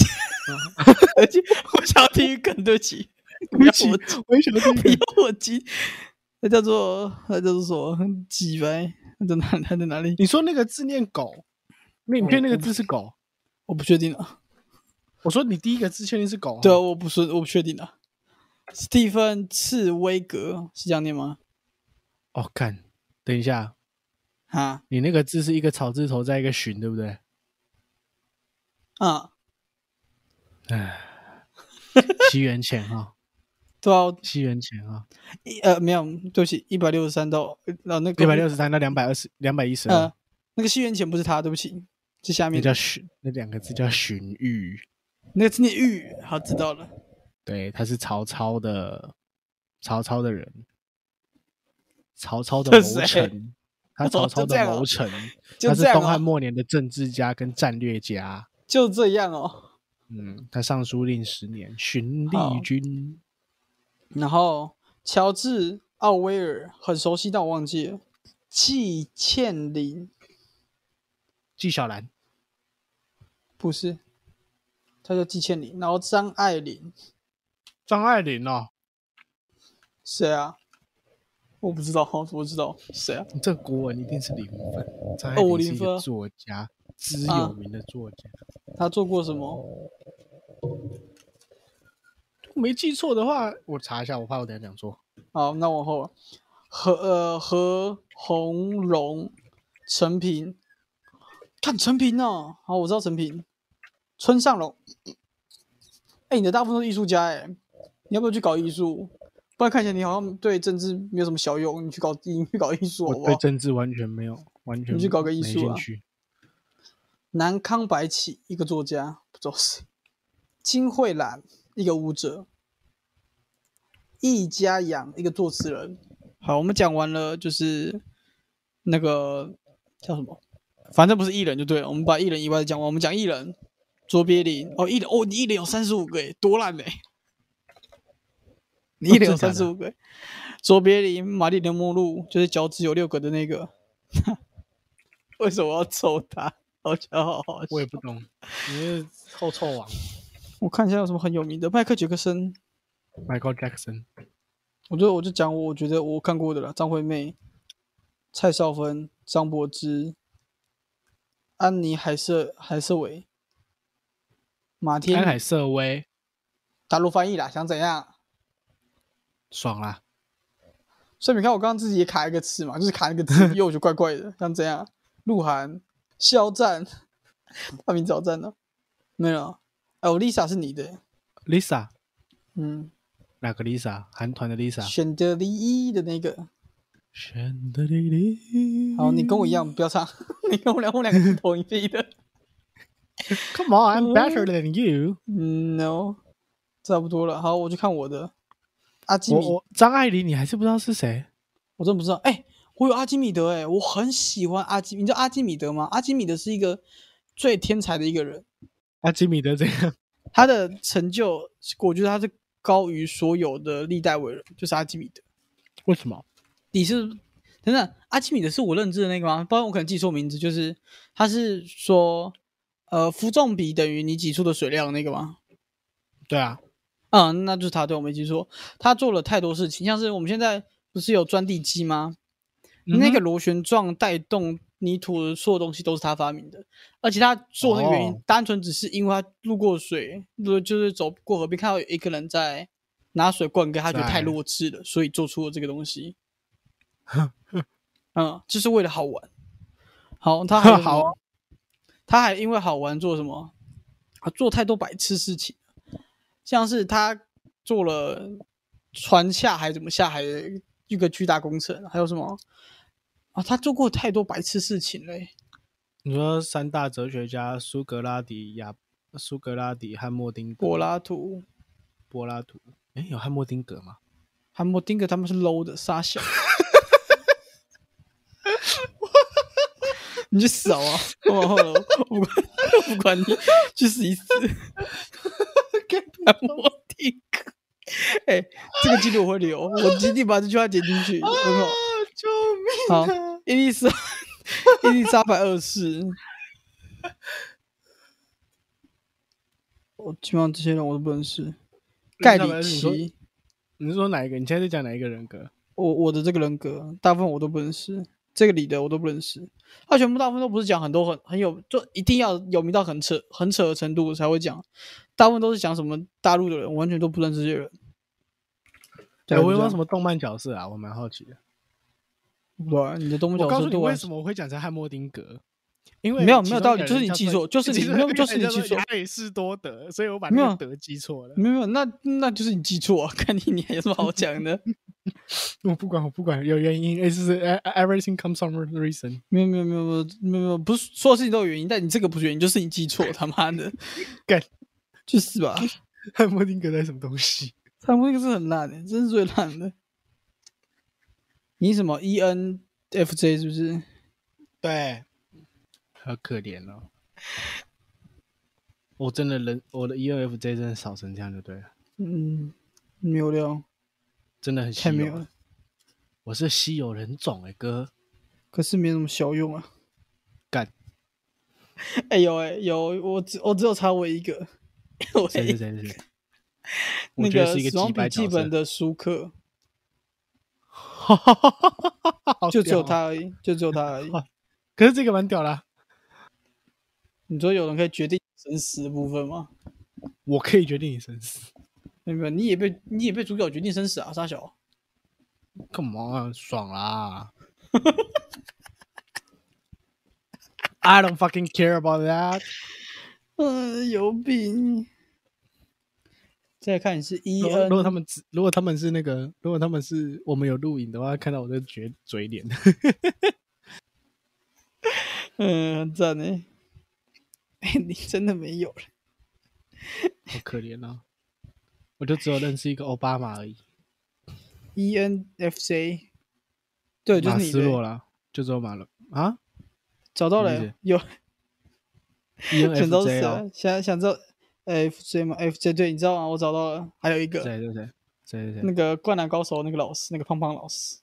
我想要听梗，对不起， 对不起，我也想要听不要霍金。他叫做什么？几白？他在哪里？ 你说那个字念狗？那你确定那个字是狗？ 我不确定啊。 我说你第一个字确定是狗？ 对啊，我不确定啊。史蒂芬·茨威格是这样念吗？ 哦，看，等一下啊， 你那个字是一个草字头在一个寻，对不对？ 啊， 西元前哈。 对啊， 西元前啊。 没有，对不起，163到那个 163到212， 那个西元前不是他，对不起，是下面那叫荀，那两个字叫荀彧， 那个字念彧，好，知道了。 对，他是曹操的人，曹操的谋臣，他曹操的谋臣，他是东汉末年的政治家跟战略家， 就这样哦。 他尚书令10年，荀立军。 然后乔治·奥威尔很熟悉，但我忘记了。季羡林， 纪晓岚不是，他叫季羡林。然后张爱玲哦， 谁啊？我不知道，我知道谁啊？ 这个国文一定是零分。张爱玲是一个作家，知有名的作家。 他做过什么？ 没记错的话，我查一下，我怕我等一下讲错。 好，那往后何鸿荣、陈平，看陈平哦。好，我知道陈平。村上隆，你的大部分都是艺术家你要不要去搞艺术？ 不然看起来你好像对政治没有什么小用，你去搞艺术好不我对好？ 政治完全没有，完全你去搞个艺没术啊！ 兴趣。 南康白起一个作家，不知道谁。金惠兰一个舞者。易家养一个作词人。好，我们讲完了，就是那个叫什么，反正不是艺人就对了。我们把艺人以外的讲完，我们讲艺人。卓别林哦，艺人哦，你艺人有35个诶，多烂诶！你艺人有35个。卓别林、玛丽莲梦露，就是脚趾有6个的那个。为什么要抽他？好笑，好好笑。 我也不懂，你是臭臭王我看一下有什么很有名的，迈克杰克森。 Michael Jackson。 我就讲我觉得我看过的啦，张惠妹、蔡少芬、张柏芝、安妮海瑟薇、马天宇。 安海瑟薇， 大陆翻译啦，想怎样？ 爽啦！ 所以你看，我刚刚自己也卡一个词嘛，就是卡一个字，又我觉得怪怪的，想怎样？鹿晗、肖战，他名字好赞哦。没有，哦 ，Lisa 是你的 Lisa， 嗯， 哪个 Lisa？韩团的 Lisa。 选择第一的那个。 选的你。 好，你跟我一样，不要唱，你跟我两个是同一批的。 Come on, I'm better than you. No， 差不多了。好，我去看我的。阿基米， 张爱玲，你还是不知道是谁？ 我真不知道。我有阿基米德，我很喜欢阿基。你知道阿基米德吗？阿基米德是一个最天才的一个人。 阿基米德怎样？ 他的成就，我觉得他是高于所有的历代伟人，就是阿基米德。 为什么？ 你是等等，阿基米德是我认知的那个吗？不然我可能记错名字。就是他是说，负重比等于你挤出的水量那个吗？ 对啊。 那就是他，对，我没记错。他做了太多事情，像是我们现在不是有钻地机吗？那个螺旋状带动泥土的所有东西都是他发明的，而且他做那个原因，单纯只是因为他路过水，就是走过河边看到有一个人在拿水灌溉，他觉得太弱智了，所以做出了这个东西。就是为了好玩。好，他还好，他还因为好玩做什么？他做太多白痴事情。像是他做了船下海怎么下海的一个巨大工程，还有什么他做过太多白痴事情嘞。 你说3大哲学家苏格拉底、汉默丁格、 柏拉图。 有汉默丁格吗？ 汉默丁格他们是 low 的傻小。你去死好啊！我不管你，去死一死。汉默丁格，这个记录我会留，我一定把这句话剪进去，很好。 救命！ 好，伊丽莎白2世。我基本上这些人我都不认识。盖里奇， 你是说哪一个？你现在在讲哪一个人格？ 我的这个人格，大部分我都不认识。这个里的我都不认识。他全部大部分都不是讲很多很有，就一定要有名到很扯的程度才会讲。大部分都是讲什么大陆的人，我完全都不认识这些人。 我有没有什么动漫角色啊？我蛮好奇的。 对，你的动漫角色， 我告诉你为什么我会讲成汉默丁格。因为没有道理，就是你记错，就是你没有，就是你记错。 亚里士多德，所以我把那个德记错了。 没有，那就是你记错啊！看你还有什么好讲的？ 我不管，有原因，就是 everything comes from a reason。 没有，不是所有事情都有原因，但你这个不是原因，就是你记错，他妈的， 干， 就是吧？ 汉默丁格在什么东西？ 汉默丁格是很烂的，真是最烂的。你什么 ENFJ 是不是？ 对。好可怜哦！我真的我的 ENFJ 真的少成这样就对了。 没有料， 真的很稀有。太没有了。我是稀有人种哥。 可是没什么小用啊。 干。 有，我只有查我一个。 谁？ 那个《死亡笔记本》的舒克。就只有他而已。 可是这个蛮屌的。 你说有人可以决定生死的部分吗？ 我可以决定你生死。 没有，你也被主角决定生死啊，傻小。 Come on， 爽啦！I don't fucking care about that。 有病。 再来看是如果他们是那个，如果他们是我们有录影的话，看到我的嘴脸。 很赞呢。你真的没有了， 好可怜啊！我就只有认识一个奥巴马而已。 ENFJ， 对，就是马你的。 斯洛啦，就只有马了啊？ 找到了，有。想知道是 ENFJ 谁哦， 想知道 FJ 吗？FJ 对，你知道吗？我找到了，还有一个谁？ 那个灌篮高手那个老师，那个胖胖老师。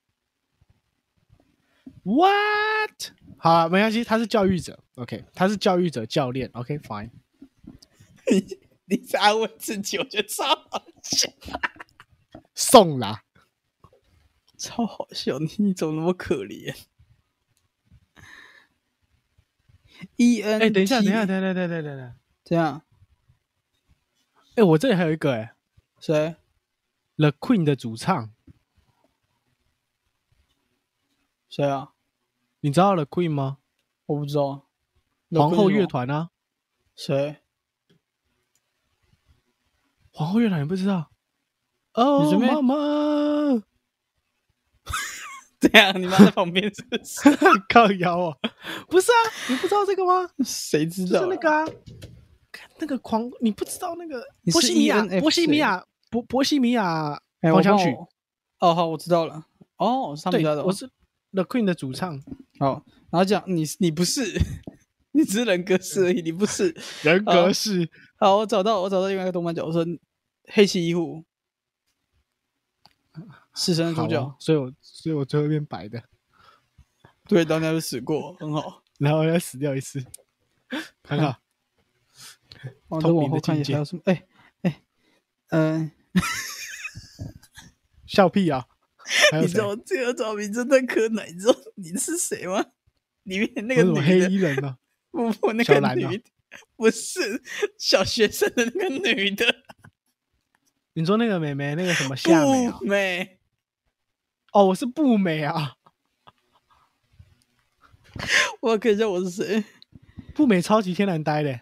What？ 好啊，没关系，他是教育者 ，OK， 他是教育者教练 ，OK，fine。 你在安慰自己，我觉得超好笑， 送啦， 超好笑，你怎么那么可怜？EN， 哎，等一下， 这样， 哎，我这里还有一个哎谁？ ，The Queen 的主唱， 谁啊？ 你知道 The Queen 吗？ 我不知道。 皇后乐团啊， 谁？ 皇后乐团你不知道？哦，妈妈， 这样，你妈在旁边是不是？ 靠腰啊！不是啊，你不知道这个吗？ 谁知道？ 就是那个啊，那个你不知道那个波西米亚狂想曲？ 哦，好，我知道了。哦，是他们家的。 我是 The Queen 的主唱。 好，然后讲你不是，你只是人格是而已，你不是人格是。 好，我找到另外一个动漫角色，黑崎一护，死神的主角。 所以我最后变白的。 对，当年就死过，很好。 然后再死掉一次，很好。 往后看一下还有什么？ 笑屁啊！ 你知道这个找名侦探柯南？你知道你是谁吗？里面那个女的黑衣人啊， 不，那个女的不是小学生的那个女的。 你说那个妹妹，那个什么夏美啊？ 步美。 哦，我是步美啊。 我要看一下我是谁。 步美超级天然呆的。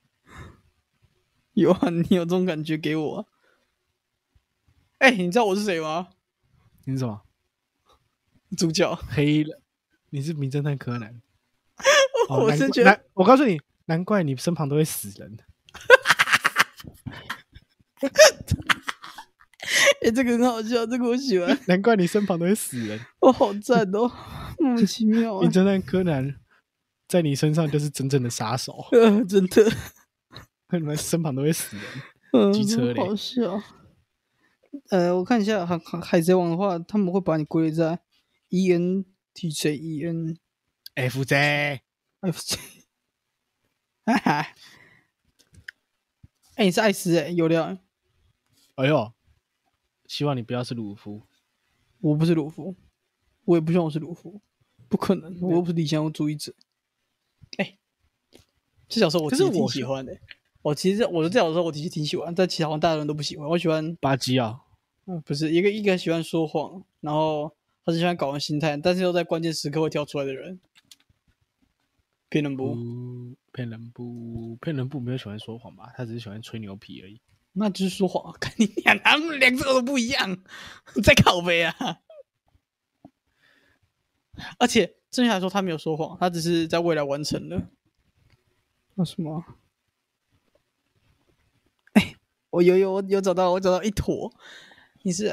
有啊，你有这种感觉给我啊。你知道我是谁吗？ 你是什么？ 主角。 黑衣人。你是名侦探柯南。 我是觉得， 我告诉你，难怪你身旁都会死人。 这个很好笑，这个我喜欢。 难怪你身旁都会死人。 好赞哦，莫名其妙。 名侦探柯南在你身上就是真正的杀手。 真的。 你们身旁都会死人。机车嘞。 好笑。我看一下海贼王的话，他们会把你归类在 ENTJ、ENFJ。哈哈。你是艾斯有料。 哎呦，希望你不要是鲁夫。 我不是鲁夫，我也不希望我是鲁夫，不可能，我又不是理想主义者。这角色我其实挺喜欢的。我这角色我其实挺喜欢，但其实好像大家人都不喜欢。我喜欢巴基啊。 不是一个喜欢说谎，然后他是喜欢搞完心态，但是又在关键时刻会跳出来的人。骗人不？ 骗人不没有喜欢说谎吧？他只是喜欢吹牛皮而已。 那就是说谎。看你俩，他们两个都不一样，在靠北啊！而且正确来说，他没有说谎，他只是在未来完成了。那什么？我有找到一坨。你是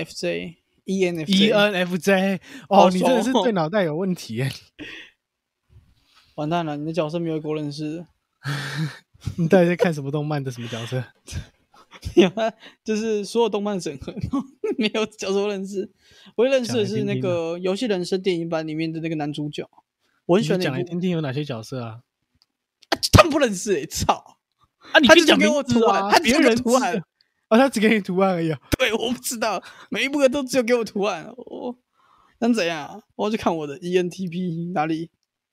INFJ、ENFJ。 哦，你真的是对脑袋有问题耶！ 完蛋了，你的角色没有一个我认识。 你到底在看什么动漫的什么角色？ 就是所有动漫审核，没有角色我认识。我认识的是那个《游戏人生》电影版里面的那个男主角。我很喜欢那部。 讲来听听有哪些角色啊？ 他们不认识操！ 你他只给我图案，他只给我图案。 他只给你图案而已。 对，我不知道，每一部都只有给我图案。能怎样？我要去看我的 ENTP 哪里？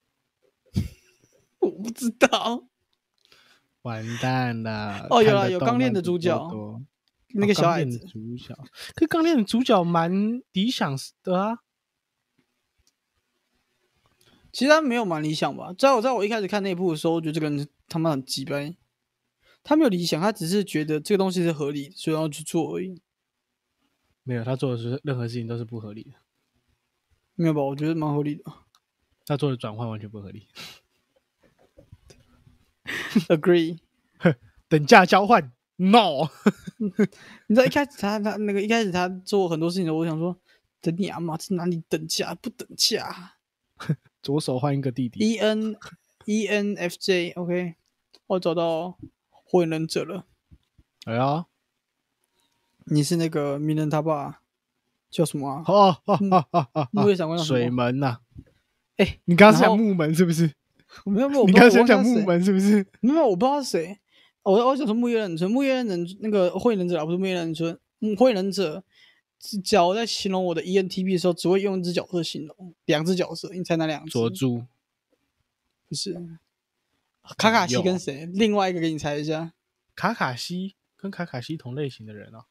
我不知道。 完蛋了。 有啦，有钢炼的主角，那个小矮子。 主角，可钢炼的主角蛮理想的啊。 其实他没有蛮理想吧。在我一开始看那部的时候，我觉得这个人他妈很鸡掰。 他没有理想，他只是觉得这个东西是合理的，所以要去做而已。 没有，他做的是任何事情都是不合理的。 没有吧？我觉得蛮合理的。 他做的转换完全不合理。 Agree。 等价交换 ，no。 你知道一开始他那个一开始他做很多事情的时候，我想说，等你啊妈，这哪里等价不等价？ 左手换一个弟弟。 ENFJ，OK，我找到火影忍者了。 哎呀， 你是那个鸣人他爸叫什么啊？木叶长官叫什么？ 水门呐。 哎， 你刚刚讲木门是不是？ 没有， 你刚刚讲木门是不是？ 没有，我不知道是谁。我想说木叶忍村，木叶忍那个火影忍者不是木叶忍村，火影忍者。假如在形容我的 ENTP 的时候，只会用一只角色形容，两只角色，你猜哪两只？ 佐助。 不是。卡卡西跟谁？另外一个给你猜一下。 卡卡西跟卡卡西同类型的人啊。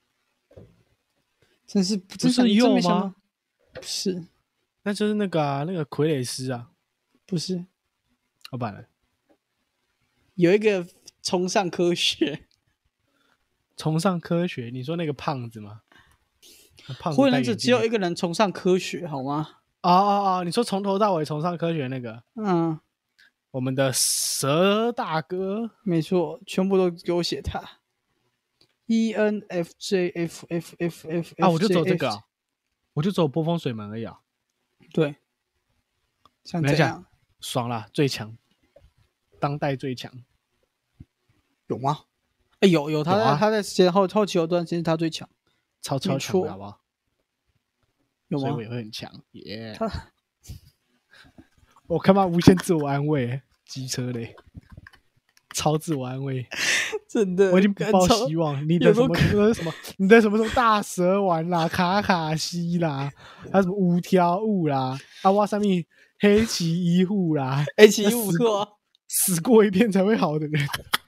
真是不是鼬吗？ 不是， 那就是那个啊，那个傀儡师啊。 不是。 老板了。 有一个崇尚科学。 崇尚科学？你说那个胖子吗？ 火影忍者只有一个人崇尚科学，好吗？ 你说从头到尾崇尚科学那个？我们的蛇大哥。 没错，全部都给我写他。ENFJFFFF 啊，我就走这个啊，我就走波风水门而已啊。 对，像这样爽啦，最强，当代最强， 有吗？哎，有，他在时间后期有段时间他最强， 超强的好不好？ 有吗？ 所以我也会很强，耶！我干嘛无限自我安慰？机车嘞，超自我安慰， 真的， 我已经不抱希望。你的什么什么？你的什么大蛇丸啦、卡卡西啦，还有什么五条悟啦、哇上面黑崎一护啦， 黑崎一护错， 死过一遍才会好的人。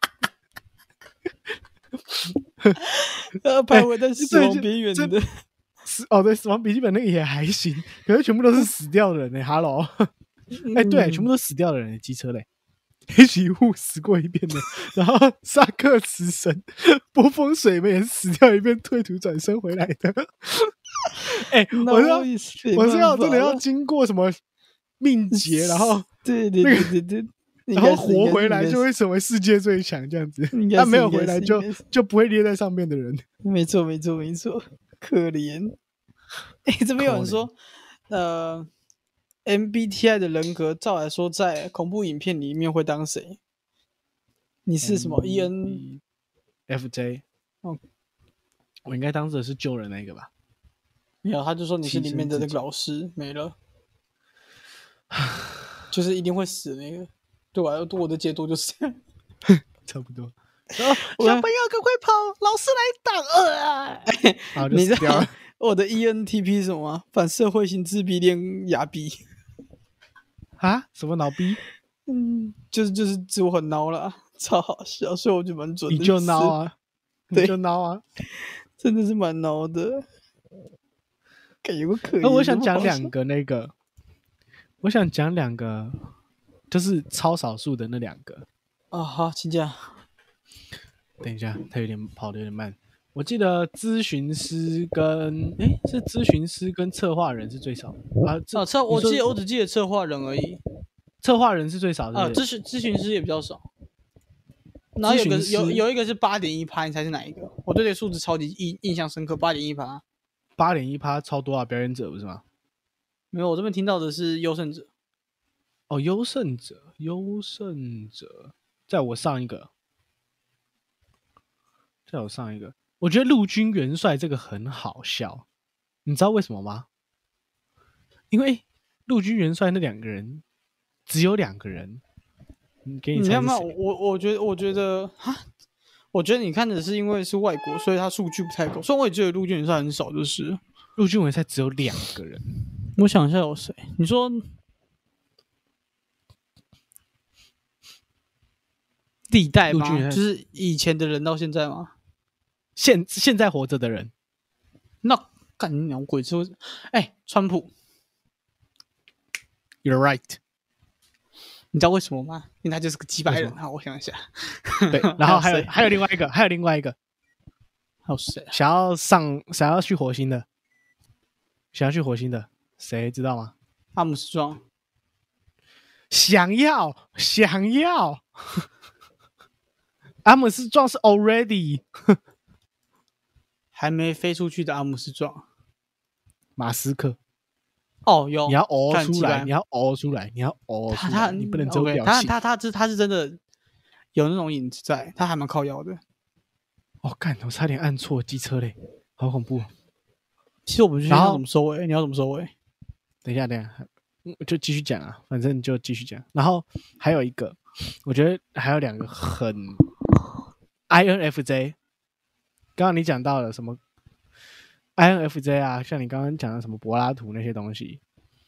徘徊在死亡边缘的。 对，死亡笔记本那个也还行，可是全部都是死掉的人呢。Hello， 对，全部都死掉的人，机车嘞，黑崎一护死过一遍的，然后萨克慈神、波风水门也是死掉一遍，退土转生回来的。我是要真的要经过什么命劫，然后对， 然后活回来就会成为世界最强这样子，但没有回来就不会列在上面的人。 没错，可怜。这边有人说，MBTI 的人格，照来说在恐怖影片里面会当谁？你是什么 ENFJ？ 我应该当的是救人那个吧？ 没有，他就说你是里面的那个老师，没了，就是一定会死的那个。对我的解读就是这样， 差不多。 小朋友赶快跑，老师来挡！你知道我的 ENTP 是什么吗？反社会型自闭恋哑逼啊？什么脑逼？ 就是自我很孬啦，超好笑，所以我就蛮准的。 你就孬啊，你就孬啊， 真的是蛮孬的。有个可怜。 我想讲两个那个，我想讲两个，就是超少数的那两个啊。好，请讲。 等一下，他跑得有点慢。我记得咨询师跟是咨询师跟策划人是最少的啊。 我只记得策划人而已。 策划人是最少的啊， 咨询师也比较少。然后有一个是8.1%，你猜是哪一个？我对这个数字超级印象深刻，8.1%。 8.1%超多啊！表演者不是吗？ 没有，我这边听到的是优胜者。 哦，优胜者，在我上一个。我觉得陆军元帅这个很好笑，你知道为什么吗？因为陆军元帅那两个人只有2个人，给你猜是谁？ 我觉得我觉得你看的是因为是外国，所以他数据不太够。虽然我也觉得陆军元帅很少，就是陆军元帅只有2个人。 我想一下有谁？你说历代吗？就是以前的人到现在吗？ 现在活着的人， 那干你鸟鬼说，川普 ，You're right， 你知道为什么吗？因为他就是个几百为什。 人好，我想一下， 对，然后还有谁还有另外一个， 还有谁啊？ 想要去火星的，谁知道吗？ 阿姆斯壮， 想要，阿姆斯壮是 already 还没飞出去的阿姆斯壮。 马斯克， 哦，有， 你要熬干出来， 鸡掰你要熬出来， 他你不能只有 OK， 表情。 他是真的有那种影子在，他还蛮靠腰的。 哦，干，我差点按错机车嘞，好恐怖。 其实我们就然后要怎么收尾？你要怎么收尾？ 等一下，就继续讲啊，反正就继续讲。然后还有一个，我觉得还有两个很 INFJ， 刚刚你讲到了什么 INFJ 啊，像你刚刚讲的什么柏拉图那些东西，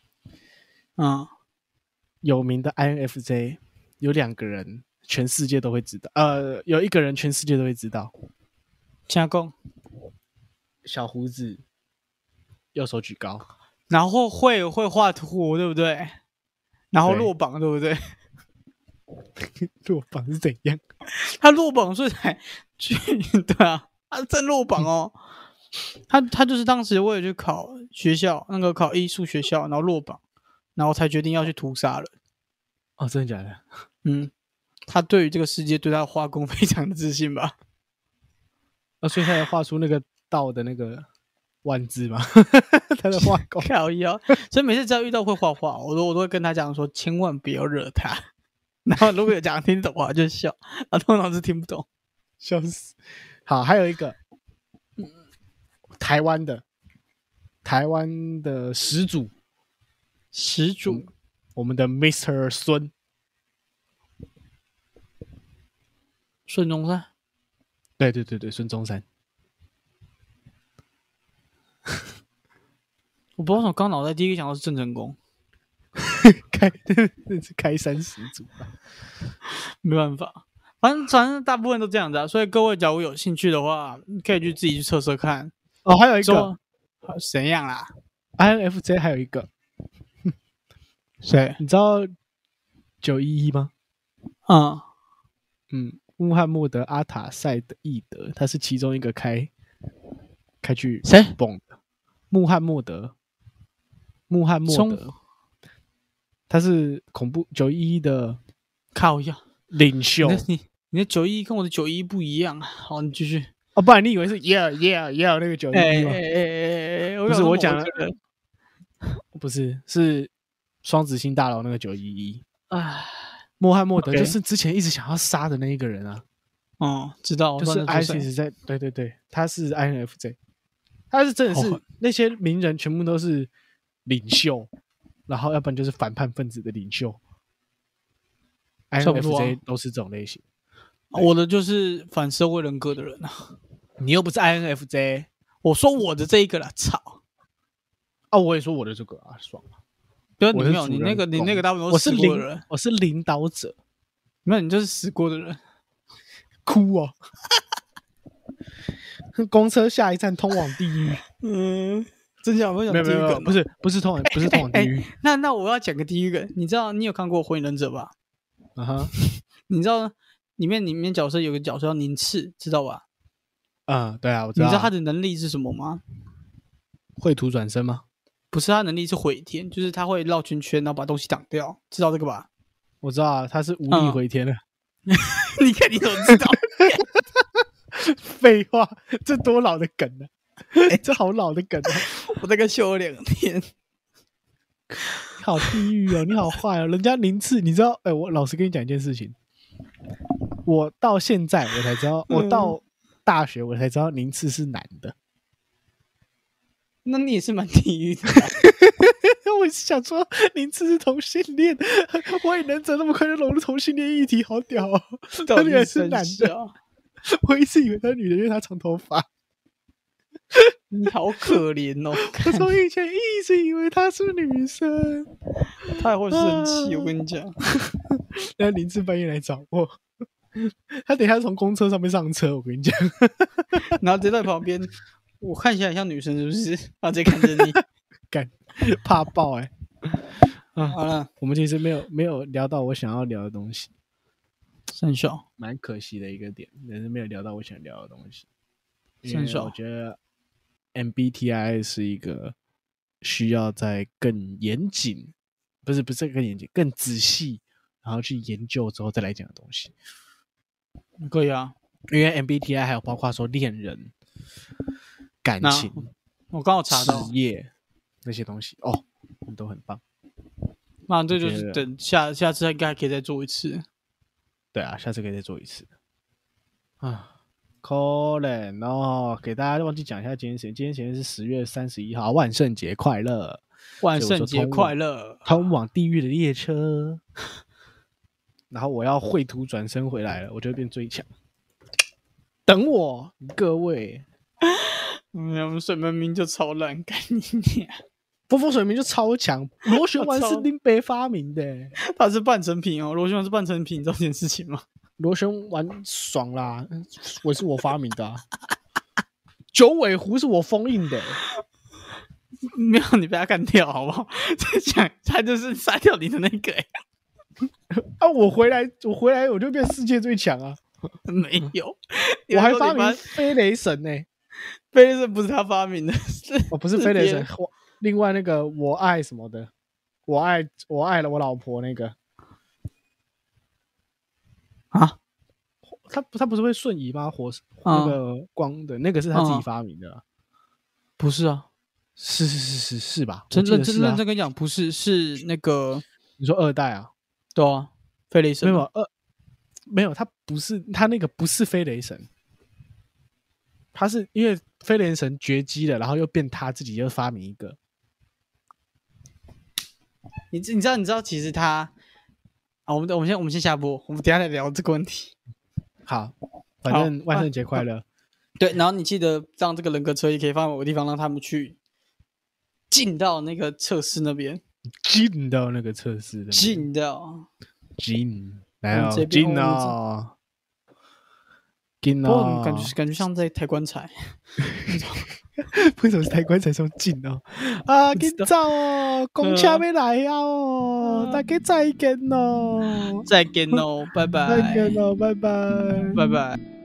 有名的 INFJ 有2个人，全世界都会知道。有1个人全世界都会知道， 加工， 小胡子，右手举高， 然后会画图，对不对？然后对落榜，对不对？ 落榜是怎样？ 他落榜，所以才去，对啊，他真落榜哦。他就是当时为了去考学校，那个考艺术学校，然后落榜，然后才决定要去屠杀人。 哦，真的假的？ 他对于这个世界对他的画工非常的自信吧？ 所以他才画出那个道的那个万字嘛，他的画工靠腰，所以每次只要遇到会画画，我都会跟他讲说，千万不要惹他。然后如果有讲听懂的话就笑，通常是听不懂， 笑死。好，还有一个台湾的始祖，我们的 Mr. 孙中山。 对，孙中山。 我不知道为什么刚脑袋第一个想到是郑成功， 是开山始祖吧？ 没办法，反正大部分都这样子啊。所以各位假如有兴趣的话，可以自己去测测看。 哦，还有一个怎样啦 INFJ 还有一个谁？ 你知道911吗？穆罕默德阿塔塞的义德，他是其中一个开去谁蹦的。穆罕默德，他是恐怖911的靠呀领袖。 你的911跟我的911不一样啊。好，你继续。 哦，不然你以为是 yeah 那个911吗？不是，我讲的不是，是双子星大楼那个911。穆罕默德就是之前一直想要杀的那一个人啊。 知道， 就是 ISIS 在，对，他是 INFJ， 他是真的是那些名人全部都是领袖，然后要不然就是反叛分子的领袖。INFJ 都是这种类型。 我的就是反社会人格的人啊。 你又不是 INFJ， 我说我的这一个啦，操！ 我也说我的这个啊，爽了。 不要，你没有，你那个大部分都是死过的人。 我是领导者， 没有，你就是死过的人。 哭哦！公车下一站通往地狱。 真假？我想没有，不是通往地狱。 那我要讲个地狱梗。你知道你有看过《火影忍者》吧？你知道里面角色有个角色叫宁次，知道吧？ 对啊，我知道。 你知道他的能力是什么吗？ 绘图转身吗？ 不是，他能力是回天，就是他会绕圈圈，然后把东西挡掉，知道这个吧？ 我知道啊，他是无力回天了。 你看你怎么知道？ 废话，这多老的梗啊！这好老的梗啊！ 我大概秀了2天。 你好地狱哦，你好坏哦！人家宁次，你知道？我老实跟你讲一件事情，我到现在我才知道，我到大学我才知道宁次是男的。 那你也是蛮地狱的。 我想说，宁次是同性恋，我也能怎那么快就融入同性恋议题，好屌哦！他原来是男的，我一直以为他女的，因为他长头发。 你好可怜哦！ 我从以前一直以为她是女生， 他也会生气。我跟你讲， 然后宁次半夜来找我，他等一下从公车上面上车，我跟你讲， 然后直接在旁边，我看起来像女生是不是？然后直接看着你， 干怕爆好了， 我们其实没有聊到我想要聊的东西， 三小， 蛮可惜的一个点，但是没有聊到我想聊的东西。因为三小我觉得 MBTI 是一个需要在更严谨，不是更严谨，更仔细，然后去研究之后再来讲的东西。 可以啊。 因为 MBTI 还有包括说恋人、感情、 我刚好查到事业那些东西哦，都很棒。 那这就是等下次应该还可以再做一次。 对啊，下次可以再做一次。啊，可怜哦！给大家忘记讲一下今天时间，今天时间是10月31号，万圣节快乐！ 万圣节快乐！ 通往地狱的列车。然后我要绘图转身回来了，我就会变最强。等我，各位。 我们水门明就超烂，干你娘！ 波风水明就超强，螺旋丸是林北发明的、 他是半成品哦，螺旋丸是半成品，你知道这件事情吗？ 螺旋丸爽啦，是我发明的、啊。九尾狐是我封印的、 没有，你被他干掉好不好？在讲他就是杀掉你的那个、 啊！我回来我就变世界最强啊！ 没有， 我还发明飞雷神呢、 飞雷神不是他发明的， 不是飞雷神，另外那个我爱什么的，我爱了我老婆那个啊， 他不是会瞬移吗？那个光的那个是他自己发明的、 不是啊？ 是吧？ 认真跟你讲，不是，是那个你说2代啊？ 对啊，飞雷神没有，他不是，他那个不是飞雷神，他是因为飞雷神绝迹了，然后又变他自己又发明一个。 你知道，其实他啊，我们先下播，我们等一下再聊这个问题。 好，反正万圣节快乐。 对，然后你记得让这个人格车也可以放在某个地方，让他们去进到那个测试那边， 进到那个测试的， 进到来哦，进哦，进哦， 感觉像在抬棺材。 为什么是抬棺材说进哦？啊，紧走哦，公车要来啊哦，大家再见哦， 再见哦，拜拜， 再见哦，拜拜， 拜拜。